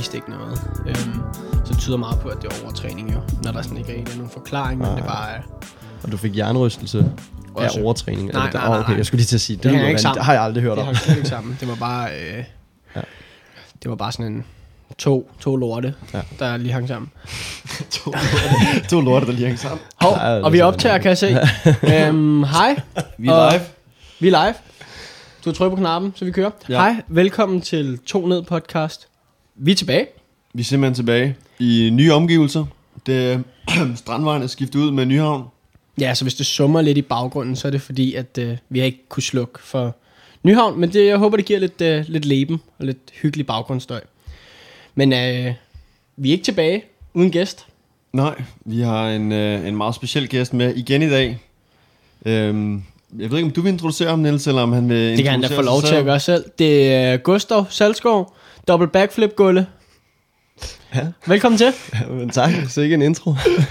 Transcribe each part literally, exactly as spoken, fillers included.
viste ikke noget. Øhm, så det tyder meget på, at det er overtræning jo, når der sådan ikke er nogen forklaring, men det bare er... Og du fik hjernerystelse af overtræning? Nej, nej, nej, okay, jeg skulle lige til at sige, det, det, det, ikke det har jeg aldrig hørt det om. Det hang ikke sammen. Det var bare, øh, ja. det var bare sådan en to, to lorte, ja. der lige hang sammen. to, lorte, to lorte, der lige hang sammen. Hov, ja, og vi optager, kan jeg se. øhm, hej. Vi er live. Vi er live. Du har trykket på knappen, så vi kører. Ja. Hej, velkommen til To Ned podcast. Vi er tilbage. Vi er simpelthen tilbage i nye omgivelser. Det Strandvejen er skiftet ud med Nyhavn. Ja, så hvis det summer lidt i baggrunden, så er det fordi, at øh, vi har ikke kunne slukke for Nyhavn. Men det, jeg håber, det giver lidt, øh, lidt leben og lidt hyggelig baggrundsstøj. Men øh, vi er ikke tilbage uden gæst. Nej, vi har en, øh, en meget speciel gæst med igen i dag. Øhm, jeg ved ikke, om du vil introducere ham, Niels, eller om han vil introducere Det kan han da få lov til at gøre selv. Det er Gustav Salskov, double backflip gulle. Ja. Velkommen til. Ja, men tak, så ikke en intro.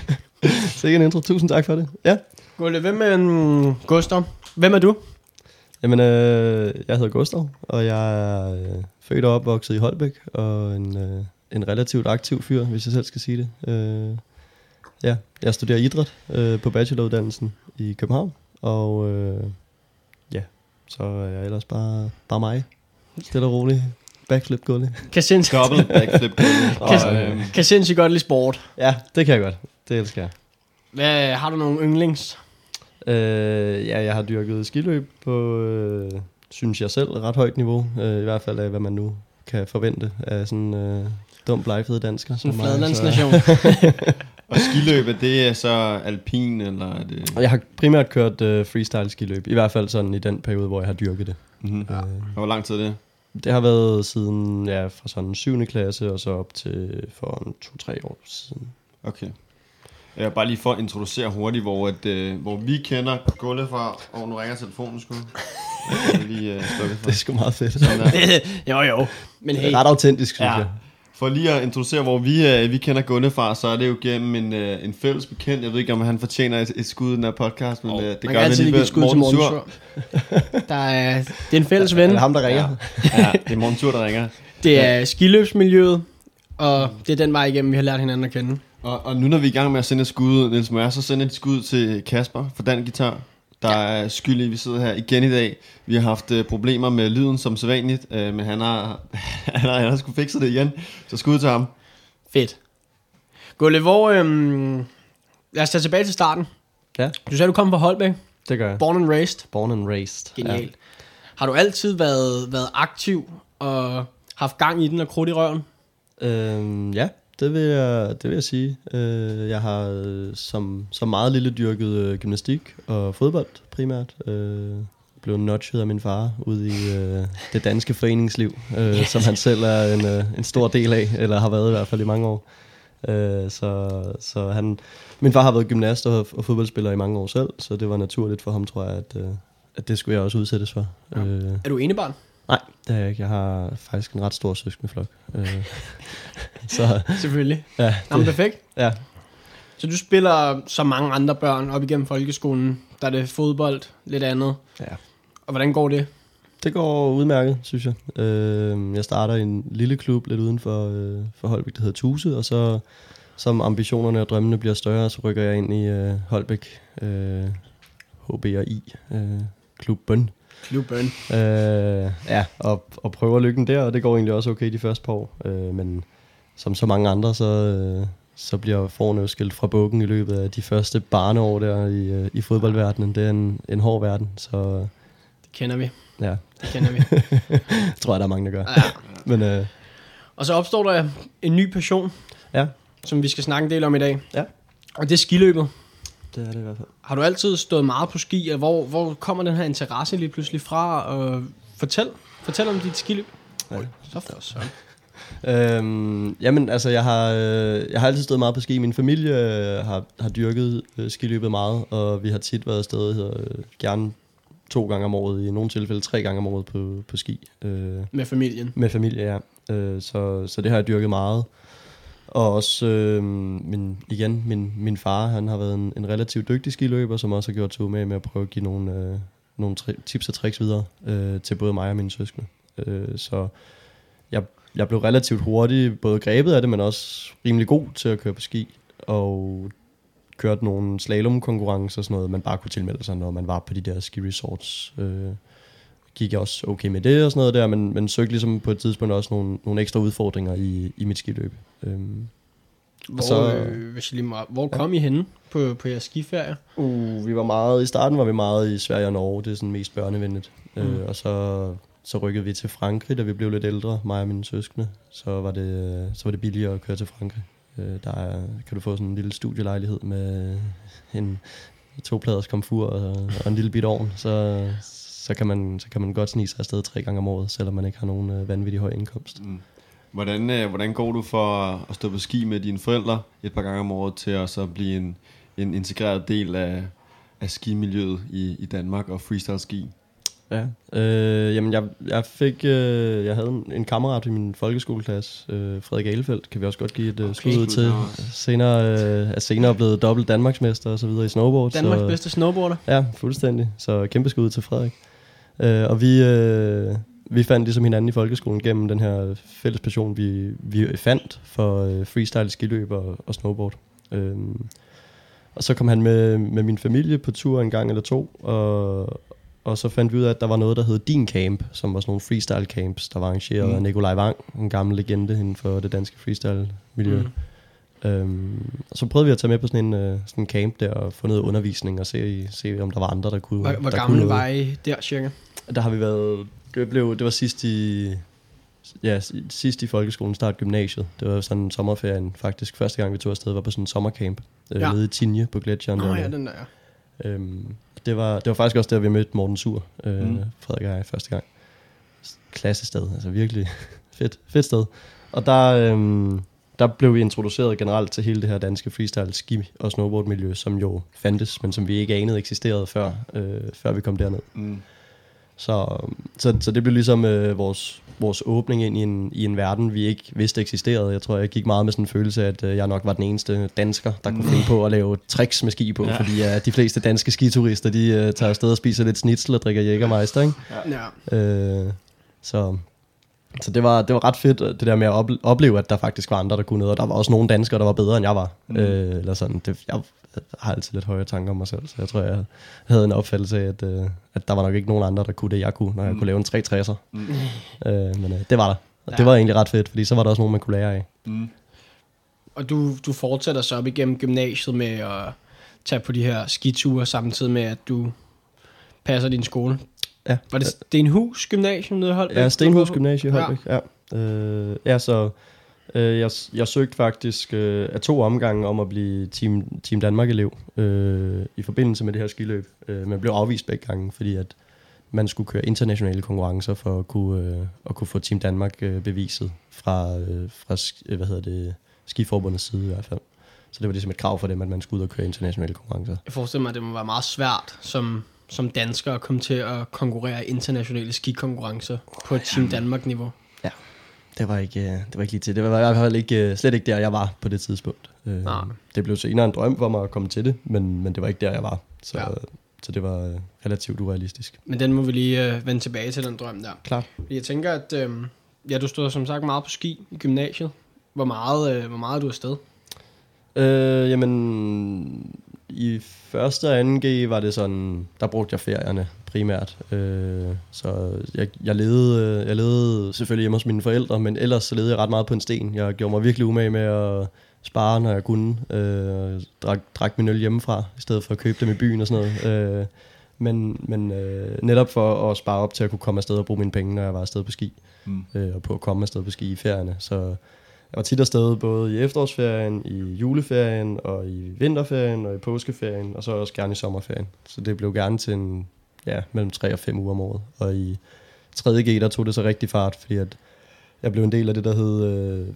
så ikke en intro, tusind tak for det. Ja. Gulle, hvem er um, Gustav? Hvem er du? Jamen, øh, jeg hedder Gustav, og jeg er øh, født og opvokset i Holbæk, og en, øh, en relativt aktiv fyr, hvis jeg selv skal sige det. Øh, ja, jeg studerer idræt øh, på bacheloruddannelsen i København, og øh, ja, så er jeg ellers bare, bare mig. Stille og roligt. Backflip gully. Kan sindssygt Double backflip gully. kan, øhm. kan sindssygt godt lide sport. Ja, det kan jeg godt. Det elsker jeg. Hvad, har du nogle yndlings? Øh, ja, jeg har dyrket skiløb på, øh, synes jeg selv, ret højt niveau. Øh, I hvert fald af, hvad man nu kan forvente af sådan øh, dumt blegfede dansker. Sådan en fladlandsnation. Og skiløbet, det er så alpin, eller er det... Jeg har primært kørt øh, freestyle skiløb. I hvert fald sådan i den periode, hvor jeg har dyrket det. Mm-hmm. Ja. Hvor lang tid er det? Det har været siden, ja, fra sådan syvende klasse og så op til for en to-tre år siden. Okay. Jeg vil bare lige for at introducere hurtigt, hvor, at, øh, hvor vi kender Gulle fra, og nu ringer telefonen sgu. Lige, øh, det er sgu meget fedt. jo jo, men hey. Det er ret autentisk, synes ja. jeg. For lige at introducere, hvor vi, øh, vi kender Gulle fra, så er det jo gennem en, øh, en fælles bekendt. Jeg ved ikke, om han fortjener et, et skud i den her podcast, men oh, øh, det gør vi lige ved Morten Sur. Der er, det er en fælles ven. Er det ham, der ringer? Ja, ja, det er Morten Sur, der ringer. Det er ja. skiløbsmiljøet, og det er den vej igennem, vi har lært hinanden at kende. Og, og nu når vi er i gang med at sende et skud, Niels, må jeg så sende et skud til Kasper fra Dan Guitar, der ja. er skyld i, vi sidder her igen i dag. Vi har haft uh, problemer med lyden som sædvanligt, uh, men han har, han har, han har sgu fikset det igen, så skud til ham. Fedt. Gulle, hvor... Øhm, lad os tage tilbage til starten. Ja. Du sagde, du kom fra Holbæk. Det gør jeg. Born and raised. Born and raised. Genialt. Ja. Har du altid været, været aktiv og haft gang i den og krudt i røven? Øhm, ja. Det vil jeg, det vil jeg sige. Øh, jeg har øh, som, som meget lille dyrket øh, gymnastik og fodbold primært. Øh, blev nudget af min far ude i øh, det danske foreningsliv, øh, yes. som han selv er en, øh, en stor del af, eller har været i hvert fald i mange år. Øh, så så han, min far har været gymnast og, og fodboldspiller i mange år selv, så det var naturligt for ham, tror jeg, at, øh, at det skulle jeg også udsættes for. Ja. Øh, er du enebarn? Nej, det er jeg ikke. Jeg har faktisk en ret stor søskendeflok. Øh, så selvfølgelig. Ja, det, Jamen, perfekt. Ja. Så du spiller som mange andre børn op igennem folkeskolen. Der er det fodbold, lidt andet. Ja. Og hvordan går det? Det går udmærket, synes jeg. Øh, jeg starter i en lille klub lidt uden for, øh, for Holbæk, der hedder Tuse, og så som ambitionerne og drømmene bliver større, så rykker jeg ind i øh, Holbæk, øh, H B og I, øh, klubben. Klubben. Øh, ja, og, og prøver lykken der, og det går egentlig også okay de første par år. Øh, men som så mange andre, så, øh, så bliver forne jo skilt fra bukken i løbet af de første barneår der i, øh, i fodboldverdenen. Det er en, en hård verden, så... Det kender vi. Ja. Det kender vi. Det tror jeg, der er mange, der gør. Ja. Men, øh, og så opstår der en ny passion, ja. som vi skal snakke en del om i dag. Ja. Og det er skiløbet. Det er det i hvert fald. Har du altid stået meget på ski, og hvor, hvor kommer den her interesse lige pludselig fra? Og fortæl, fortæl om dit skiløb. Ja. Så for så. Øhm, jamen, altså, jeg har, øh, jeg har altid stået meget på ski. Min familie øh, har, har dyrket øh, skiløbet meget, og vi har tit været afsted, øh, gerne to gange om året, i nogle tilfælde tre gange om året på, på ski. Øh, med familien? Med familie, ja. Øh, så, så det har jeg dyrket meget. Og også, øh, min, igen, min, min far, han har været en, en relativt dygtig skiløber, som også har gjort sig med med at prøve at give nogle, øh, nogle tri- tips og tricks videre øh, til både mig og mine søskende. Øh, så jeg jeg blev relativt hurtigt både grebet af det, men også rimelig god til at køre på ski, og kørte nogle slalomkonkurrencer og sådan noget, man bare kunne tilmelde sig, når man var på de der ski resorts. Øh, gik jeg også okay med det og sådan noget der, men, men søgte ligesom på et tidspunkt også nogle, nogle ekstra udfordringer i, i mit skiløb. Øh, Hvor, så, øh, hvis jeg lige må, hvor kom ja. I henne på, på jeres skiferie? Uh, vi var meget, i starten var vi meget i Sverige og Norge, det er sådan mest børnevenligt. Mm. Øh, og så, så rykkede vi til Frankrig, da vi blev lidt ældre, mig og mine søskende. Så var det, så var det billigere at køre til Frankrig. Øh, der er, kan du få sådan en lille studielejlighed med en topladers komfur og, og en lille bit ovn, så, så, kan man, så kan man godt snige sig afsted tre gange om året, selvom man ikke har nogen øh, vanvittig høj indkomst. Mm. Hvordan, øh, hvordan går du for at stå på ski med dine forældre et par gange om året til at så blive en, en integreret del af, af skimiljøet i, i Danmark og freestyle ski? Ja, øh, jamen jeg, jeg fik, øh, jeg havde en, en kammerat i min folkeskoleklasse, øh, Frederik Ahlefeldt, kan vi også godt give et okay. skud til. Senere øh, er senere blevet dobbelt Danmarksmester og så videre i snowboard. Danmarks så, bedste snowboarder? Ja, fuldstændig. Så kæmpe skud til Frederik. Øh, og vi, øh, vi fandt ligesom hinanden i folkeskolen gennem den her fælles passion, vi, vi fandt for øh, freestyle skiløb og, og snowboard. Øh, og så kom han med, med min familie på tur en gang eller to, og Og så fandt vi ud af, at der var noget, der hed Din Camp, som var sådan nogle freestyle camps, der var arrangeret mm. af Nikolaj Wang, en gammel legende inden for det danske freestyle-miljø. Mm. Øhm, og så prøvede vi at tage med på sådan en, uh, sådan en camp der, og få noget undervisning, og se, se om der var andre, der kunne. Hvor, hvor der gamle kunne var I der, cirka? Der har vi været, det, blev, det var sidst i, ja, sidst i folkeskolen, start gymnasiet. Det var sådan sommerferien faktisk. Første gang vi tog afsted var på sådan en sommercamp, øh, ja. nede i Tinje på Gletsjeren. Nå ja, den der, ja. Øhm, Det var, det var faktisk også der, vi mødte Morten Sur, øh, mm. Frederik og jeg, første gang. Klassested, altså virkelig fedt, fedt sted. Og der, øh, der blev vi introduceret generelt til hele det her danske freestyle ski- og snowboardmiljø, som jo fandtes, men som vi ikke anede eksisterede før, øh, før vi kom derned. Mm. Så, så, så det blev ligesom øh, vores, vores åbning ind i en, i en verden, vi ikke vidste eksisterede. Jeg tror, jeg gik meget med sådan en følelse af, at øh, jeg nok var den eneste dansker, der kunne finde på at lave tricks med ski på, ja. fordi øh, de fleste danske skiturister, de øh, tager afsted og spiser lidt schnitzel og drikker Jägermeister, ikke? Ja. Øh, så så det, var, det var ret fedt, det der med at opleve, at der faktisk var andre, der kunne noget, og der var også nogle danskere, der var bedre, end jeg var. Mm. Øh, eller sådan. Det, jeg har altid lidt højere tanker om mig selv, så jeg tror, jeg havde en opfattelse af, at, øh, at der var nok ikke nogen andre, der kunne det, jeg kunne, når jeg mm. kunne lave en tre tresser. Mm. Øh, men øh, det var der. Og ja. Det var egentlig ret fedt, fordi så var der også nogen, man kunne lære af. Mm. Og du, du fortsætter så op igennem gymnasiet med at tage på de her skiture, samtidig med, at du passer din skole. Ja. Var det Stenhus Gymnasium nede i Holbæk? Ja, Stenhus Gymnasium i Holbæk, ja. Ja, øh, ja så øh, jeg, jeg søgte faktisk øh, af to omgange om at blive Team, Team Danmark-elev øh, i forbindelse med det her skiløb. Øh, men blev afvist begge gange, fordi at man skulle køre internationale konkurrencer for at kunne, øh, at kunne få Team Danmark øh, beviset fra, øh, fra hvad hedder det, skiforbundets side i hvert fald. Så det var ligesom et krav for dem, at man skulle ud og køre internationale konkurrencer. Jeg forestiller mig, at det må være meget svært som, som dansker at komme til at konkurrere i internationale skikonkurrencer på et Team Danmark-niveau. Ja, det var ikke, det var ikke lige til. Det var i hvert fald ikke, slet ikke der, jeg var på det tidspunkt. Nej. Det blev senere en drøm for mig at komme til det, men, men det var ikke der, jeg var. Så, ja. Så det var relativt urealistisk. Men den må vi lige uh, vende tilbage til, den drøm der. Klart. Jeg tænker, at øh, ja, du stod som sagt meget på ski i gymnasiet. Hvor meget, øh, hvor meget er du afsted? Øh, jamen, i første og anden G var det sådan, der brugte jeg ferierne primært. Øh, så jeg, jeg, levede, jeg levede selvfølgelig hjemme hos mine forældre, men ellers så levede jeg ret meget på en sten. Jeg gjorde mig virkelig umage med at spare, når jeg kunne. Øh, drak, drak min øl hjemmefra, i stedet for at købe dem i byen og sådan noget. Øh, men men øh, netop for at spare op til at kunne komme afsted og bruge mine penge, når jeg var afsted på ski. Mm. Øh, og på at komme afsted på ski i ferierne. Så jeg var tit afsted både i efterårsferien, i juleferien, og i vinterferien, og i påskeferien, og så også gerne i sommerferien. Så det blev gerne til en, ja, mellem tre og fem uger om året. Og i tredje G, der tog det så rigtig fart, fordi at jeg blev en del af det, der hed øh,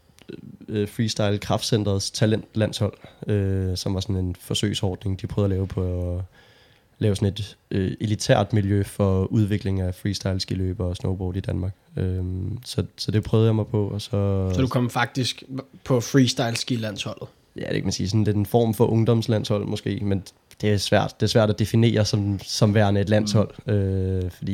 øh, Freestyle Kraftcenterets talentlandshold, øh, som var sådan en forsøgsordning, de prøvede at lave på at lave sådan et øh, elitært miljø for udvikling af freestyle skiløb og snowboard i Danmark. Øhm, så, så det prøvede jeg mig på. Og så, så du kom faktisk på freestyle skilandsholdet? Ja, det kan man sige. Sådan lidt en form for ungdomslandshold måske, men det er svært, det er svært at definere som, som værende et landshold, mm. øh, fordi det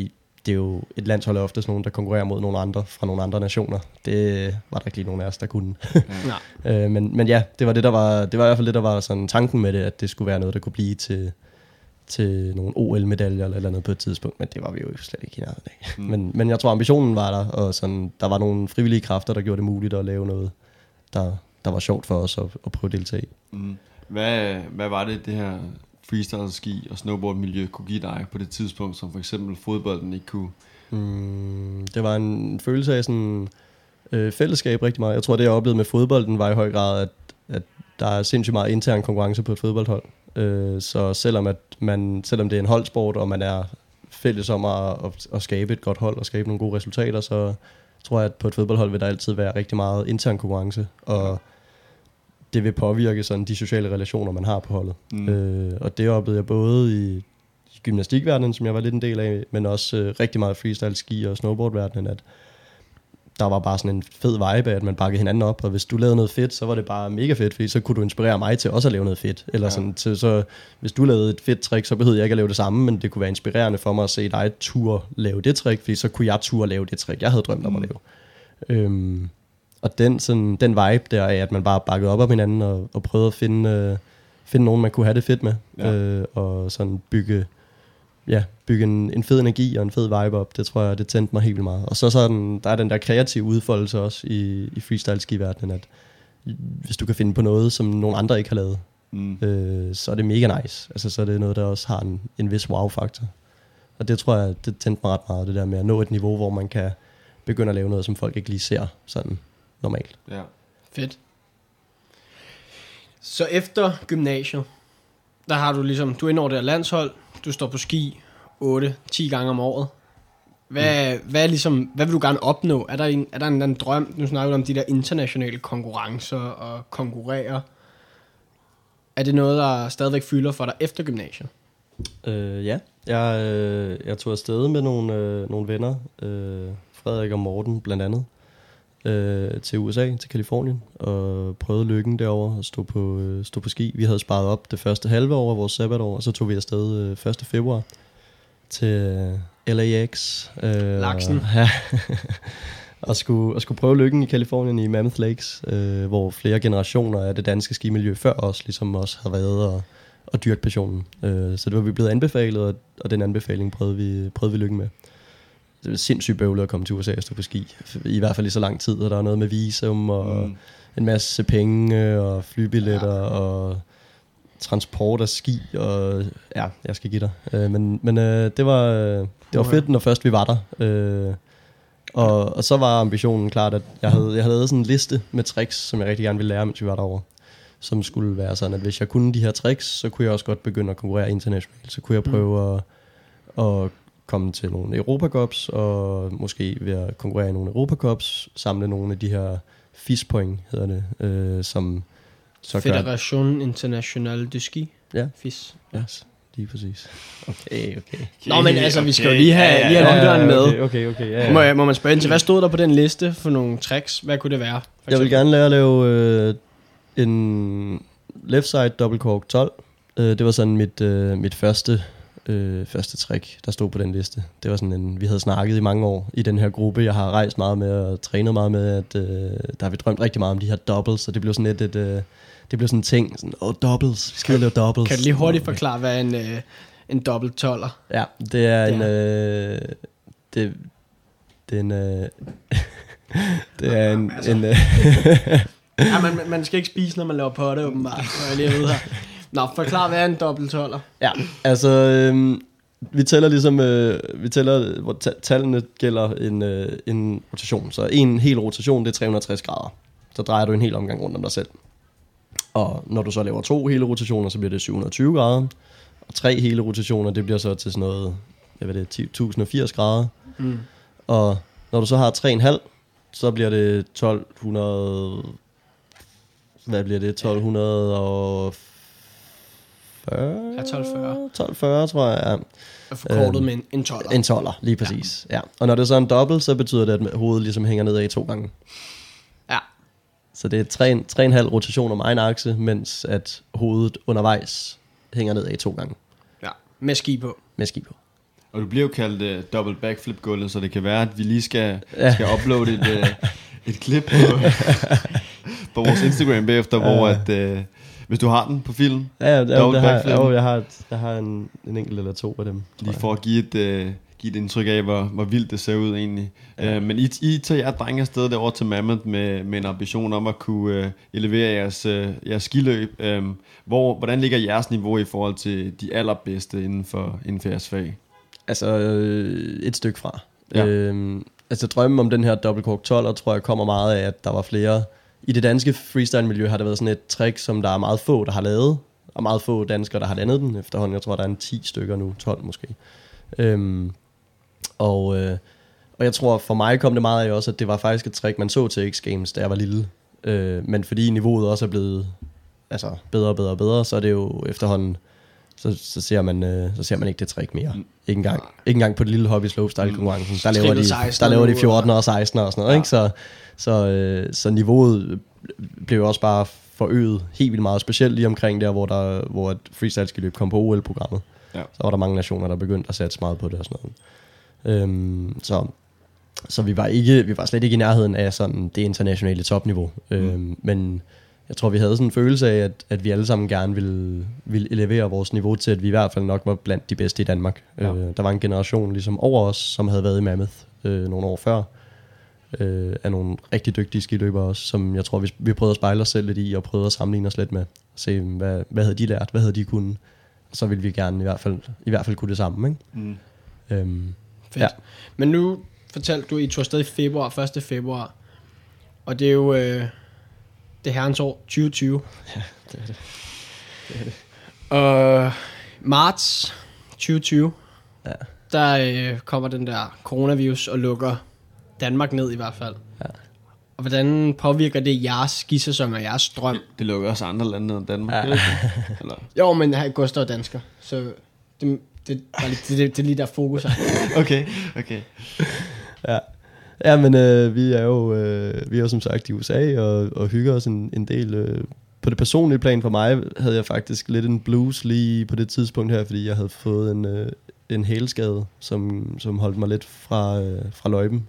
det er jo et landshold er oftest nogen, der konkurrerer mod nogle andre fra nogle andre nationer. Det var der ikke lige nogen af os, der kunne. Ja. øh, men, men ja, det var det, der var, det var i hvert fald det, der var sådan tanken med det, at det skulle være noget, der kunne blive til, til nogle O L-medaljer eller, eller noget på et tidspunkt, men det var vi jo slet ikke i nærheden af. Mm. Men, men jeg tror, ambitionen var der, og sådan, der var nogle frivillige kræfter, der gjorde det muligt at lave noget, der, der var sjovt for os at, at prøve at deltage i. Mm. Hvad, hvad var det, det her freestyle ski og snowboard miljø kunne give dig på det tidspunkt, som for eksempel fodbolden ikke kunne? Mm, det var en følelse af sådan øh, fællesskab rigtig meget. Jeg tror, det jeg oplevede med fodbolden var i høj grad, at, at der er sindssygt meget intern konkurrence på et fodboldhold. Øh, så selvom, at man, selvom det er en holdsport, og man er fælles om at, at, at skabe et godt hold og skabe nogle gode resultater, så tror jeg, at på et fodboldhold vil der altid være rigtig meget intern konkurrence, og det vil påvirke sådan de sociale relationer, man har på holdet. Mm. Øh, og det oplevede jeg både i, i gymnastikverdenen, som jeg var lidt en del af, men også øh, rigtig meget freestyle ski og snowboardverdenen, at der var bare sådan en fed vibe af, at man bakkede hinanden op, og hvis du lavede noget fedt, så var det bare mega fedt, fordi så kunne du inspirere mig til også at lave noget fedt. Eller ja. sådan, så, så hvis du lavede et fedt trick, så behøvede jeg ikke at lave det samme, men det kunne være inspirerende for mig at se dig tur lave det trick, fordi så kunne jeg tur lave det trick, jeg havde drømt om mm. at lave. Øhm, og den, sådan, den vibe der af, at man bare bakkede op om hinanden, og, og prøvede at finde, øh, finde nogen, man kunne have det fedt med, ja. øh, og sådan bygge... Ja, bygge en, en fed energi og en fed vibe op, det tror jeg, det tændte mig helt vildt meget. Og så sådan, der er den der kreative udfoldelse også i, i freestyle ski-verdenen, at hvis du kan finde på noget, som nogle andre ikke har lavet, mm. øh, så er det mega nice. Altså, så er det noget, der også har en, en vis wow-faktor. Og det tror jeg, det tændte mig ret meget, det der med at nå et niveau, hvor man kan begynde at lave noget, som folk ikke lige ser sådan normalt. Ja. Fedt. Så efter gymnasiet, der har du ligesom, du er inde over det her landshold, du står på ski otte ti gange om året. Hvad, mm. hvad, er ligesom, hvad vil du gerne opnå? Er der en, er der en, en drøm? Nu snakker vi om de der internationale konkurrencer og konkurrere. Er det noget, der stadigvæk fylder for dig efter gymnasiet? Øh, ja, jeg, øh, jeg tog afsted med nogle, øh, nogle venner, øh, Frederik og Morten blandt andet, øh, til U S A, til Kalifornien, og prøvede lykken derovre og stå på, øh, stå på ski. Vi havde sparet op det første halve år af vores sabbatår, og så tog vi afsted øh, første februar til øh, L A X. Øh, Laksen. Ja, og, skulle, og skulle prøve lykken i Kalifornien i Mammoth Lakes, øh, hvor flere generationer af det danske skimiljø før os ligesom også har været og, og dyrket passionen. Øh, så det var vi blevet anbefalet, og, og den anbefaling prøvede vi, prøvede vi lykken med. Det er sindssygt bøvlet at komme til U S A og stå på ski. I hvert fald i så lang tid, og der er noget med visum og mm. en masse penge og flybilletter ja. og transport af ski. Og ja, jeg skal give dig. Øh, men men øh, det var, det var fedt, når først vi var der. Øh, og, og så var ambitionen klart, at jeg havde, jeg havde lavet sådan en liste med tricks, som jeg rigtig gerne ville lære, mens vi var derovre. Som skulle være sådan, at hvis jeg kunne de her tricks, så kunne jeg også godt begynde at konkurrere internationalt. Så kunne jeg prøve mm. at, at komme til nogle Europa Cups, og måske ved at konkurrere i nogle Europa Cups, samle nogle af de her F I S-point, hedder det, øh, som så Federation gør... Internationale de Ski. Ja. F I S. Ja, yes, lige præcis. Okay, okay. Nå, men altså, okay. vi skal jo lige have, lige have ja, ja, ja, med. Okay, okay, okay. Ja, ja. Må, jeg, må man spørge ind til, hvad stod der på den liste for nogle tricks? Hvad kunne det være? Jeg vil gerne lære at lave øh, en left side double cork tolv. Øh, det var sådan mit, øh, mit første... Øh, første trick, der stod på den liste. Det var sådan en, vi havde snakket i mange år i den her gruppe. Jeg har rejst meget med og trænet meget med, at øh, der har vi drømt rigtig meget om de her doubles, så det blev sådan et, et øh, det blev sådan en ting, sådan, åh, oh, doubles, vi skal kan, lave doubles. Kan du lige hurtigt forklare, hvad en, øh, en double toller? Ja, det er det en, øh, det, det er en, øh, det er en, altså. en øh, ja, man, man skal ikke spise, når man laver potte, åbenbart, jeg lige ved her. Nå, forklar, hvad er en dobbelt toller? Ja, altså, øh, vi tæller ligesom, øh, vi tæller, hvor ta- tallene gælder en, øh, en rotation. Så en hel rotation, det er tre hundrede og tres grader. Så drejer du en hel omgang rundt om dig selv. Og når du så laver to hele rotationer, så bliver det syv hundrede og tyve grader. Og tre hele rotationer, det bliver så til sådan noget, jeg ved det, ti tusind og firs grader. Mm. Og når du så har tre komma fem, så bliver det tolv hundrede, hvad bliver det, tolv hundrede fyrre? Ja, tolv fyrre. tolv fyrre, tror jeg, ja. Og forkortet øhm, med en, en toller. En toller, lige præcis, ja. ja. Og når det er så en dobbelt, så betyder det, at hovedet ligesom hænger nedad i to gange. Ja. Så det er tre komma fem rotation om egen akse, mens at hovedet undervejs hænger nedad i to gange. Ja, med ski på. Med ski på. Og du bliver jo kaldt uh, double backflip gulvet, så det kan være, at vi lige skal, Ja. skal uploade et, uh, et klip på, på vores Instagram bagefter, Ja. hvor at, uh, hvis du har den på film, Ja, ja, Double det har, backflip. jo, jeg har, et, jeg har en, en enkelt eller to af dem. lige for at give et, uh, give et indtryk af, hvor, hvor vildt det ser ud egentlig. Ja. Uh, men I, I tager jer drenge afsted derovre til Mammoth med, med en ambition om at kunne uh, elevere jeres, uh, jeres skiløb. Um, hvor, hvordan ligger jeres niveau i forhold til de allerbedste inden for, inden for jeres fag? Altså øh, et stykke fra. Ja. Øhm, altså drømmen om den her double cork tolv, tror jeg kommer meget af, at der var flere. I det danske freestyle-miljø har der været sådan et trick, som der er meget få, der har lavet. Og meget få danskere, der har landet den efterhånden. Jeg tror, der er en ti stykker nu, tolv måske. Øhm, og, øh, og jeg tror, for mig kom det meget af også, at det var faktisk et trick, man så til X Games, da jeg var lille. Øh, men fordi niveauet også er blevet altså, bedre og bedre og bedre, så er det jo efterhånden... Så, så, ser man, øh, så ser man ikke det trick mere. Mm. Ikke engang, ikke engang på det lille hobby slopestyle konkurrencen. Der laver de, seksten der laver de nu, fjorten og seksten og sådan noget. Ja. Ikke? Så, så, øh, så niveauet blev også bare forøget helt vildt meget. Specielt lige omkring der, hvor, der, hvor et freestyle skiløb kom på O L-programmet. Ja. Så var der mange nationer, der begyndte at satse meget på det og sådan noget. Øhm, så så vi, var ikke, vi var slet ikke i nærheden af sådan det internationale topniveau. Mm. Øhm, men... Jeg tror, vi havde sådan en følelse af, at, at vi alle sammen gerne ville, ville elevere vores niveau til, at vi i hvert fald nok var blandt de bedste i Danmark. Ja. Øh, der var en generation ligesom over os, som havde været i Mammoth øh, nogle år før, øh, af nogle rigtig dygtige skiløbere også, som jeg tror, vi, vi prøvede at spejle os selv lidt i, og prøvede at sammenligne os lidt med. Se, hvad, hvad havde de lært, hvad havde de kunnet? Og så ville vi gerne i hvert fald, i hvert fald kunne det samme. Ikke? Mm. Øhm, Fedt. Ja. Men nu fortalte du, at I tog afsted i februar, første februar. Og det er jo øh, det herrens år tyve tyve. ja, det er det. det, er det. Og marts tyve tyve, Ja. der øh, kommer den der coronavirus og lukker Danmark ned i hvert fald. Ja. Og hvordan påvirker det jeres skisæson og jeres drøm? Det, det lukker også andre lande end Danmark. Ja. Ja. Eller? Jo, men her Gustav er dansker, så det, det, var lige- det, det, det er lige der fokus er. Okay, okay. Ja, ja men øh, vi er jo øh, vi er jo som sagt i U S A og, og hygger os en, en del. Øh. På det personlige plan for mig havde jeg faktisk lidt en blues lige på det tidspunkt her, fordi jeg havde fået en, øh, en hælskade, som, som holdt mig lidt fra, øh, fra løjpen.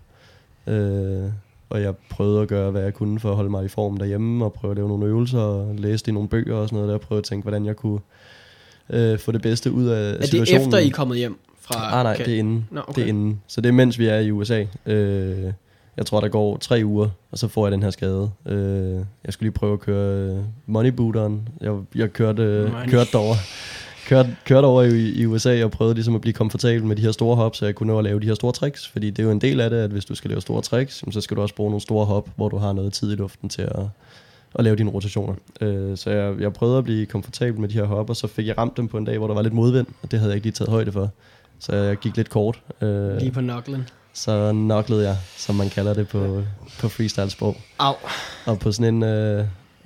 Øh, og jeg prøvede at gøre, hvad jeg kunne for at holde mig i form derhjemme, og prøve at lave nogle øvelser, og læse i nogle bøger og sådan noget, der prøve at tænke, hvordan jeg kunne øh, få det bedste ud af Er det situationen. efter I er kommet hjem fra? Ah, nej, det er inden. Nå, okay. Det er inden. Så det er mens vi er i U S A. Øh, jeg tror, der går tre uger, og så får jeg den her skade. Øh, jeg skulle lige prøve at køre øh, moneybooteren. Jeg, jeg kørte, øh, Money. kørte derover. Kørte, kørte over i, i U S A og prøvede ligesom at blive komfortabel med de her store hop, så jeg kunne nå at lave de her store tricks. Fordi det er jo en del af det, at hvis du skal lave store tricks, så skal du også bruge nogle store hop, hvor du har noget tid i luften til at, at lave dine rotationer. Øh, så jeg, jeg prøvede at blive komfortabel med de her hop, og så fik jeg ramt dem på en dag, hvor der var lidt modvind, og det havde jeg ikke lige taget højde for. Så jeg gik lidt kort. Øh, Lige på noklen. så knoklede jeg, som man kalder det på, på freestyle-sprog. Au. Og på sådan en... Øh,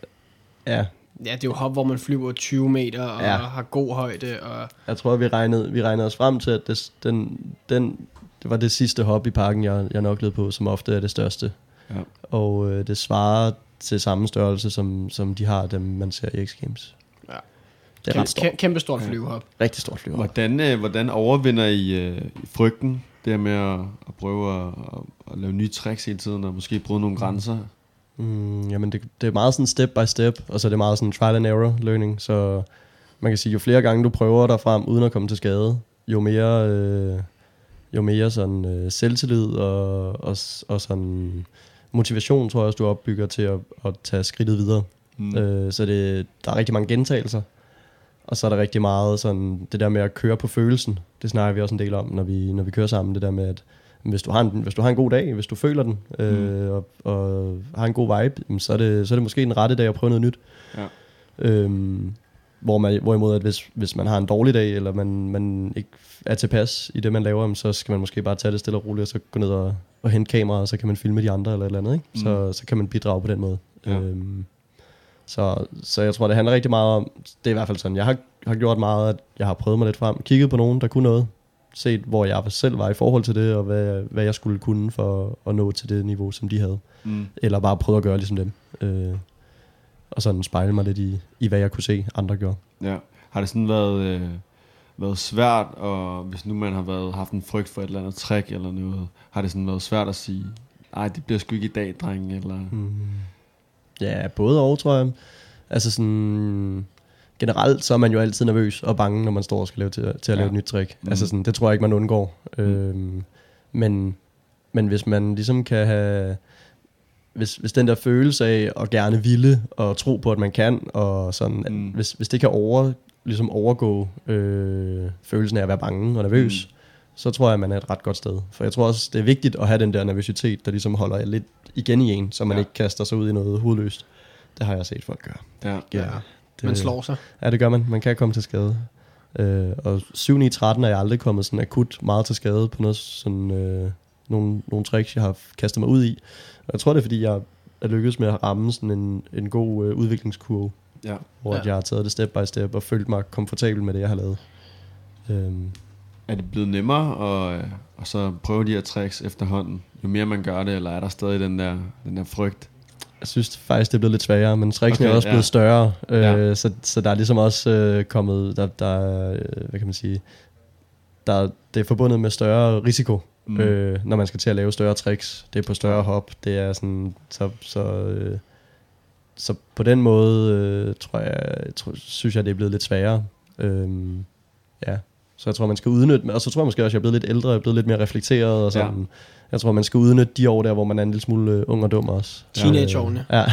ja, Ja, det er jo hop, hvor man flyver tyve meter og Ja. ja. har god højde. Og jeg tror, vi regnede, vi regnede os frem til, at det, den, den, det var det sidste hop i parken, jeg, jeg knoklede på, som ofte er det største. Ja. Og øh, det svarer til samme størrelse, som, som de har, dem man ser i X Games. Ja. Det er kæmpe, ret stort. kæmpe, kæmpe stort flyvehop. Rigtig stort flyver. Hvordan, øh, hvordan overvinder I øh, frygten, det her med at, at prøve at, at, at lave nye tricks hele tiden, og måske bryde nogle grænser? Mm, jamen det, det er meget sådan step by step, og så er det meget sådan trial and error learning, så man kan sige, jo flere gange du prøver dig frem uden at komme til skade, jo mere, øh, jo mere sådan øh, selvtillid og, og, og sådan motivation, tror jeg også, du opbygger til at, at tage skridtet videre. Mm. Øh, så det, der er rigtig mange gentagelser, og så er der rigtig meget sådan, det der med at køre på følelsen, det snakker vi også en del om, når vi, når vi kører sammen, det der med, at hvis du har en, hvis du har en god dag, hvis du føler den, øh, Mm. og, og har en god vibe, jamen, så, er det, så er det måske en rette dag at prøve noget nyt. Ja. Øhm, hvor man, hvorimod, at hvis, hvis man har en dårlig dag, eller man, man ikke er tilpas i det, man laver, jamen, så skal man måske bare tage det stille og roligt, og så gå ned og, og hente kameraet, og så kan man filme de andre, eller et eller andet, ikke? Mm. Så, så kan man bidrage på den måde. Ja. Øhm, så, så jeg tror, det handler rigtig meget om, det er i hvert fald sådan, jeg har, har gjort meget, at jeg har prøvet mig lidt frem, kigget på nogen, der kunne noget, set hvor jeg selv var i forhold til det, og hvad, hvad jeg skulle kunne for at nå til det niveau, som de havde. Mm. Eller bare prøve at gøre ligesom dem. Øh, og sådan spejle mig lidt i, i, hvad jeg kunne se, andre gjorde. Ja. Har det sådan været, øh, været svært, og hvis nu man har været, haft en frygt for et eller andet trick eller noget, har det sådan været svært at sige, nej, det bliver sgu ikke i dag, dreng, eller... Hmm. Ja, både og, tror jeg. Altså sådan... Generelt, så er man jo altid nervøs og bange, når man står og skal lave til, til at ja. lave et nyt trick. Mm. Altså sådan, det tror jeg ikke, man undgår. Mm. Øhm, men, men hvis man ligesom kan have... Hvis, hvis den der følelse af at gerne ville og tro på, at man kan, og sådan, mm. hvis, hvis det kan over, ligesom overgå øh, følelsen af at være bange og nervøs, mm. så tror jeg, at man er et ret godt sted. For jeg tror også, det er vigtigt at have den der nervøsitet, der ligesom holder lidt igen i en, så man ja. ikke kaster sig ud i noget hovedløst. Det har jeg set folk gøre. Ja, ja. Det, man slår sig. Ja, det gør man. Man kan komme til skade. Øh, og syv ni tretten er jeg aldrig kommet sådan akut meget til skade på noget sådan, øh, nogle, nogle tricks, jeg har kastet mig ud i. Og jeg tror, det er, fordi jeg er lykkedes med at ramme sådan en, en god øh, udviklingskurve, ja. hvor ja. jeg har taget det step by step og følt mig komfortabel med det, jeg har lavet. Øhm. Er det blevet nemmere at, og så prøve de her tricks efterhånden, jo mere man gør det, eller er der stadig den der, den der frygt? Jeg synes faktisk, det er blevet lidt sværere, men tricksene okay, er også ja. blevet større, øh, ja. så, så der er ligesom også øh, kommet, der, der øh, hvad kan man sige, der, det er forbundet med større risiko, mm. øh, når man skal til at lave større tricks. Det er på større hop, det er sådan, så, så, øh, så på den måde, øh, tror jeg, tror, synes jeg, det er blevet lidt sværere. Øh, ja, så jeg tror, man skal udnytte, og så tror jeg måske også, jeg er blevet lidt ældre, jeg er blevet lidt mere reflekteret og sådan. Ja. Jeg tror, man skal udnytte de år der, hvor man er en lille smule øh, ung og dum også. Teenageårene. Ja.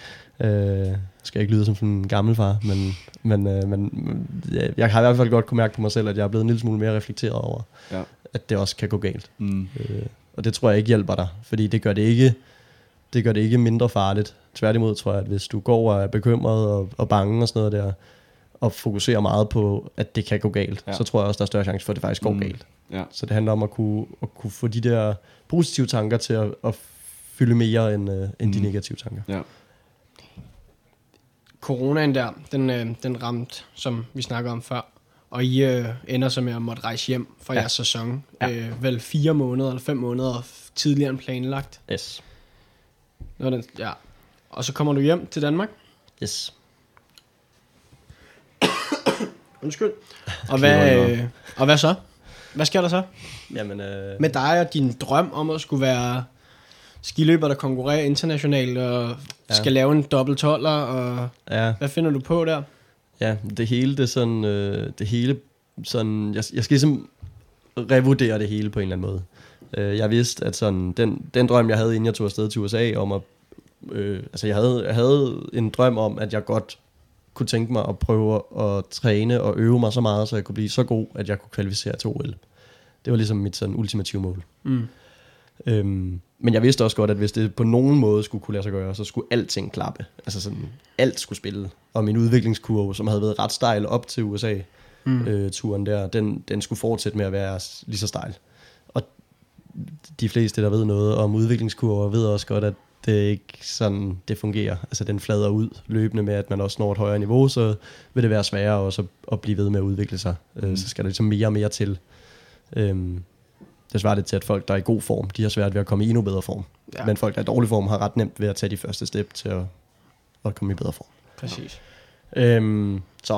Øh, skal jeg ikke lyde som sådan en gammel far, men, men, øh, men ja, jeg har i hvert fald godt kunne mærke på mig selv, at jeg er blevet en lille smule mere reflekteret over, ja. at det også kan gå galt. Mm. Øh, og det tror jeg ikke hjælper dig, fordi det gør det ikke, det gør det ikke mindre farligt. Tværtimod tror jeg, at hvis du går og er bekymret og, og bange og sådan noget der, og fokuserer meget på, at det kan gå galt, ja. så tror jeg også, der er større chance for, at det faktisk går mm. galt. Ja. Så det handler om at kunne, at kunne få de der positive tanker til at, at fylde mere end, uh, end mm. de negative tanker. Ja. Coronaen der, den, øh, den ramte, som vi snakker om før, og I øh, ender så med at måtte rejse hjem fra ja. jeres sæson. Ja. Øh, vel fire måneder eller fem måneder tidligere end planlagt. Yes. Nå, den, ja. Og så kommer du hjem til Danmark. Yes. Undskyld. Og hvad, øh, og hvad så? Hvad sker der så? Jamen, øh... med dig og din drøm om at skulle være skiløber, der konkurrerer internationalt og ja. skal lave en dobbelt tolver, og ja. hvad finder du på der? Ja, det hele, det sådan, øh, det hele sådan, jeg, jeg skal ligesom revurdere det hele på en eller anden måde. Øh, jeg vidste, at sådan, den, den drøm, jeg havde, inden jeg tog afsted til U S A, om at, øh, altså jeg havde, jeg havde en drøm om, at jeg godt kunne tænke mig at prøve at træne og øve mig så meget, så jeg kunne blive så god, at jeg kunne kvalificere til O L. Det var ligesom mit sådan ultimative mål. Mm. Øhm, men jeg vidste også godt, at hvis det på nogen måde skulle kunne lade sig gøre, så skulle alting klappe. Altså sådan, alt skulle spille. Og min udviklingskurve, som havde været ret stejl op til U S A-turen mm. øh, der, den, den skulle fortsætte med at være lige så stejl. Og de fleste, der ved noget om udviklingskurver, ved også godt, at det er ikke sådan, det fungerer. Altså den flader ud løbende med, at man også når et højere niveau, så vil det være sværere også at, at blive ved med at udvikle sig. Mm. Øh, så skal der ligesom mere og mere til. Øhm, det svarer det til, at folk, der er i god form, de har svært ved at komme i endnu bedre form. Ja. Men folk, der er i dårlig form, har ret nemt ved at tage de første step til at, at komme i bedre form. Præcis. Øhm, så.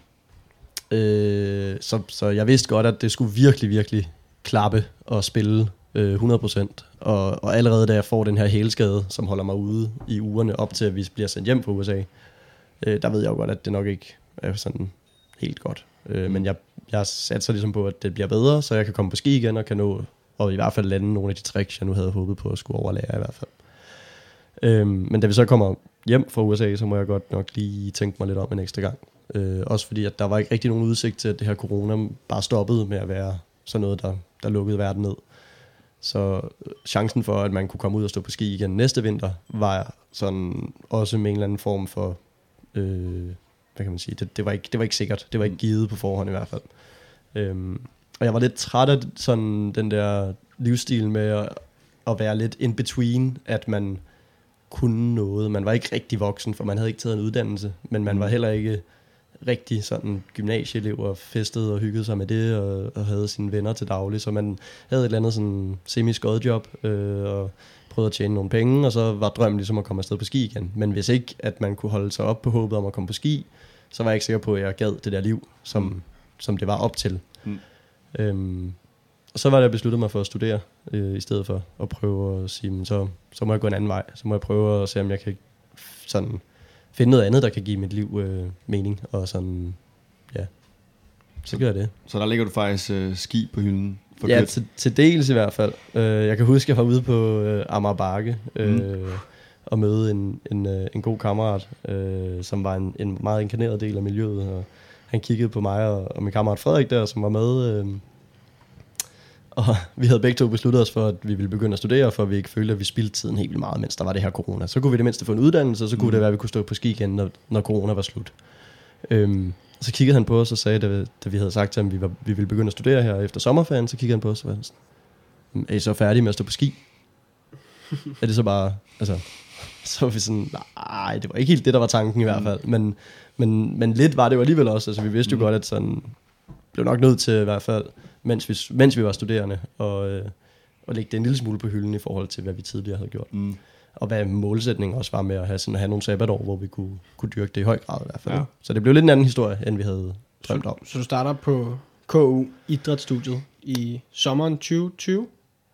Øh, så. Så jeg vidste godt, at det skulle virkelig, virkelig klappe og spille øh, hundrede procent. Og, og allerede da jeg får den her hælskade, som holder mig ude i ugerne op til, at vi bliver sendt hjem fra U S A, øh, der ved jeg jo godt, at det nok ikke er sådan helt godt. Øh, men jeg, jeg satser ligesom på, at det bliver bedre, så jeg kan komme på ski igen og kan nå, og i hvert fald lande nogle af de tricks, jeg nu havde håbet på at skulle overlære i hvert fald. Øh, men da vi så kommer hjem fra U S A, så må jeg godt nok lige tænke mig lidt om en ekstra gang. Øh, også fordi, at der var ikke rigtig nogen udsigt til, at det her corona bare stoppede med at være sådan noget, der, der lukkede verden ned. Så chancen for, at man kunne komme ud og stå på ski igen næste vinter, var sådan også med en eller anden form for, øh, hvad kan man sige, det, det, var ikke, det var ikke sikkert. Det var ikke givet på forhånd i hvert fald. Øhm, og jeg var lidt træt af sådan den der livsstil med at, at være lidt in between, at man kunne noget. Man var ikke rigtig voksen, for man havde ikke taget en uddannelse, men man var heller ikke rigtig sådan gymnasieelev og festede og hyggede sig med det og, og havde sine venner til daglig, så man havde et eller andet sådan semi-skodjob øh, og prøvede at tjene nogle penge, og så var drømmen ligesom at komme afsted på ski igen. Men hvis ikke, at man kunne holde sig op på håbet om at komme på ski, så var jeg ikke sikker på, at jeg gad det der liv, som, som det var op til. Mm. Øhm, og så var det, jeg besluttede mig for at studere, øh, i stedet for at prøve at sige, men så, så må jeg gå en anden vej. Så må jeg prøve at se, om jeg kan sådan finde noget andet, der kan give mit liv øh, mening. Og sådan, ja, så gør jeg det. Så der ligger du faktisk øh, ski på hylden? For Ja, til, til dels i hvert fald. Uh, jeg kan huske, at jeg var ude på uh, Amager Bakke uh, mm. og møde en, en, uh, en god kammerat, uh, som var en, en meget inkarneret del af miljøet. Og han kiggede på mig og, og min kammerat Frederik der, som var med. Uh, og vi havde begge to besluttet os for, at vi ville begynde at studere, for at vi ikke følte, at vi spildte tiden helt vildt meget, mens der var det her corona. Så kunne vi det mindste få en uddannelse, og så kunne mm. det være, at vi kunne stå på ski igen, når, når corona var slut. Um, Så kiggede han på os og sagde, da, da vi havde sagt til ham, at vi, var, vi ville begynde at studere her efter sommerferien, så kiggede han på os og var sådan, er I så færdige med at stå på ski? Er det så bare, altså, så var vi sådan, nej, det var ikke helt det, der var tanken i hvert fald, men, men, men lidt var det jo alligevel også, altså vi vidste jo mm. godt, at sådan, blev nok nødt til i hvert fald, mens vi, mens vi var studerende, og, øh, og lægge det en lille smule på hylden i forhold til, hvad vi tidligere havde gjort. Mm. Og hvad målsætningen også var med at have, sådan, at have nogle sabbatår, hvor vi kunne, kunne dyrke det i høj grad i hvert fald. Ja. Så det blev lidt en anden historie, end vi havde drømt om. Så, så du starter på K U idrætsstudiet i sommeren tyve tyve?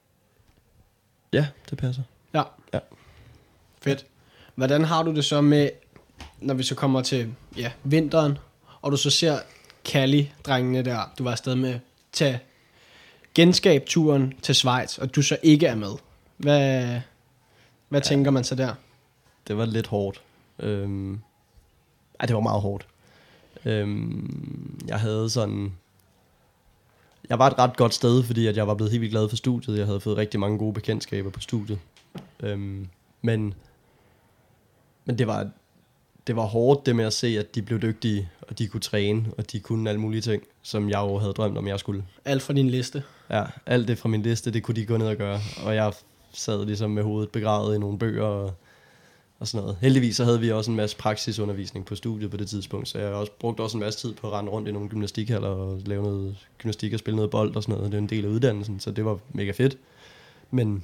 Ja, det passer. Ja. Ja. Fedt. Hvordan har du det så med, når vi så kommer til ja, vinteren, og du så ser Cali-drengene der, du var afsted med, tage genskab-turen til Schweiz, og du så ikke er med? Hvad... Hvad ja. tænker man så der? Det var lidt hårdt. Øhm, ej, det var meget hårdt. Øhm, jeg havde sådan... Jeg var et ret godt sted, fordi at jeg var blevet helt vildt glad for studiet. Jeg havde fået rigtig mange gode bekendtskaber på studiet. Øhm, men men det var, det var hårdt det med at se, at de blev dygtige, og de kunne træne, og de kunne alle mulige ting, som jeg jo havde drømt om, jeg skulle. Alt fra din liste? Ja, alt det fra min liste, det kunne de gå ned og gøre. Og jeg sad ligesom med hovedet begravet i nogle bøger og, og sådan noget. Heldigvis så havde vi også en masse praksisundervisning på studiet på det tidspunkt, så jeg også brugte også en masse tid på at rende rundt i nogle gymnastikhaller og lave noget gymnastik og spille noget bold og sådan noget. Det er en del af uddannelsen, så det var mega fedt. Men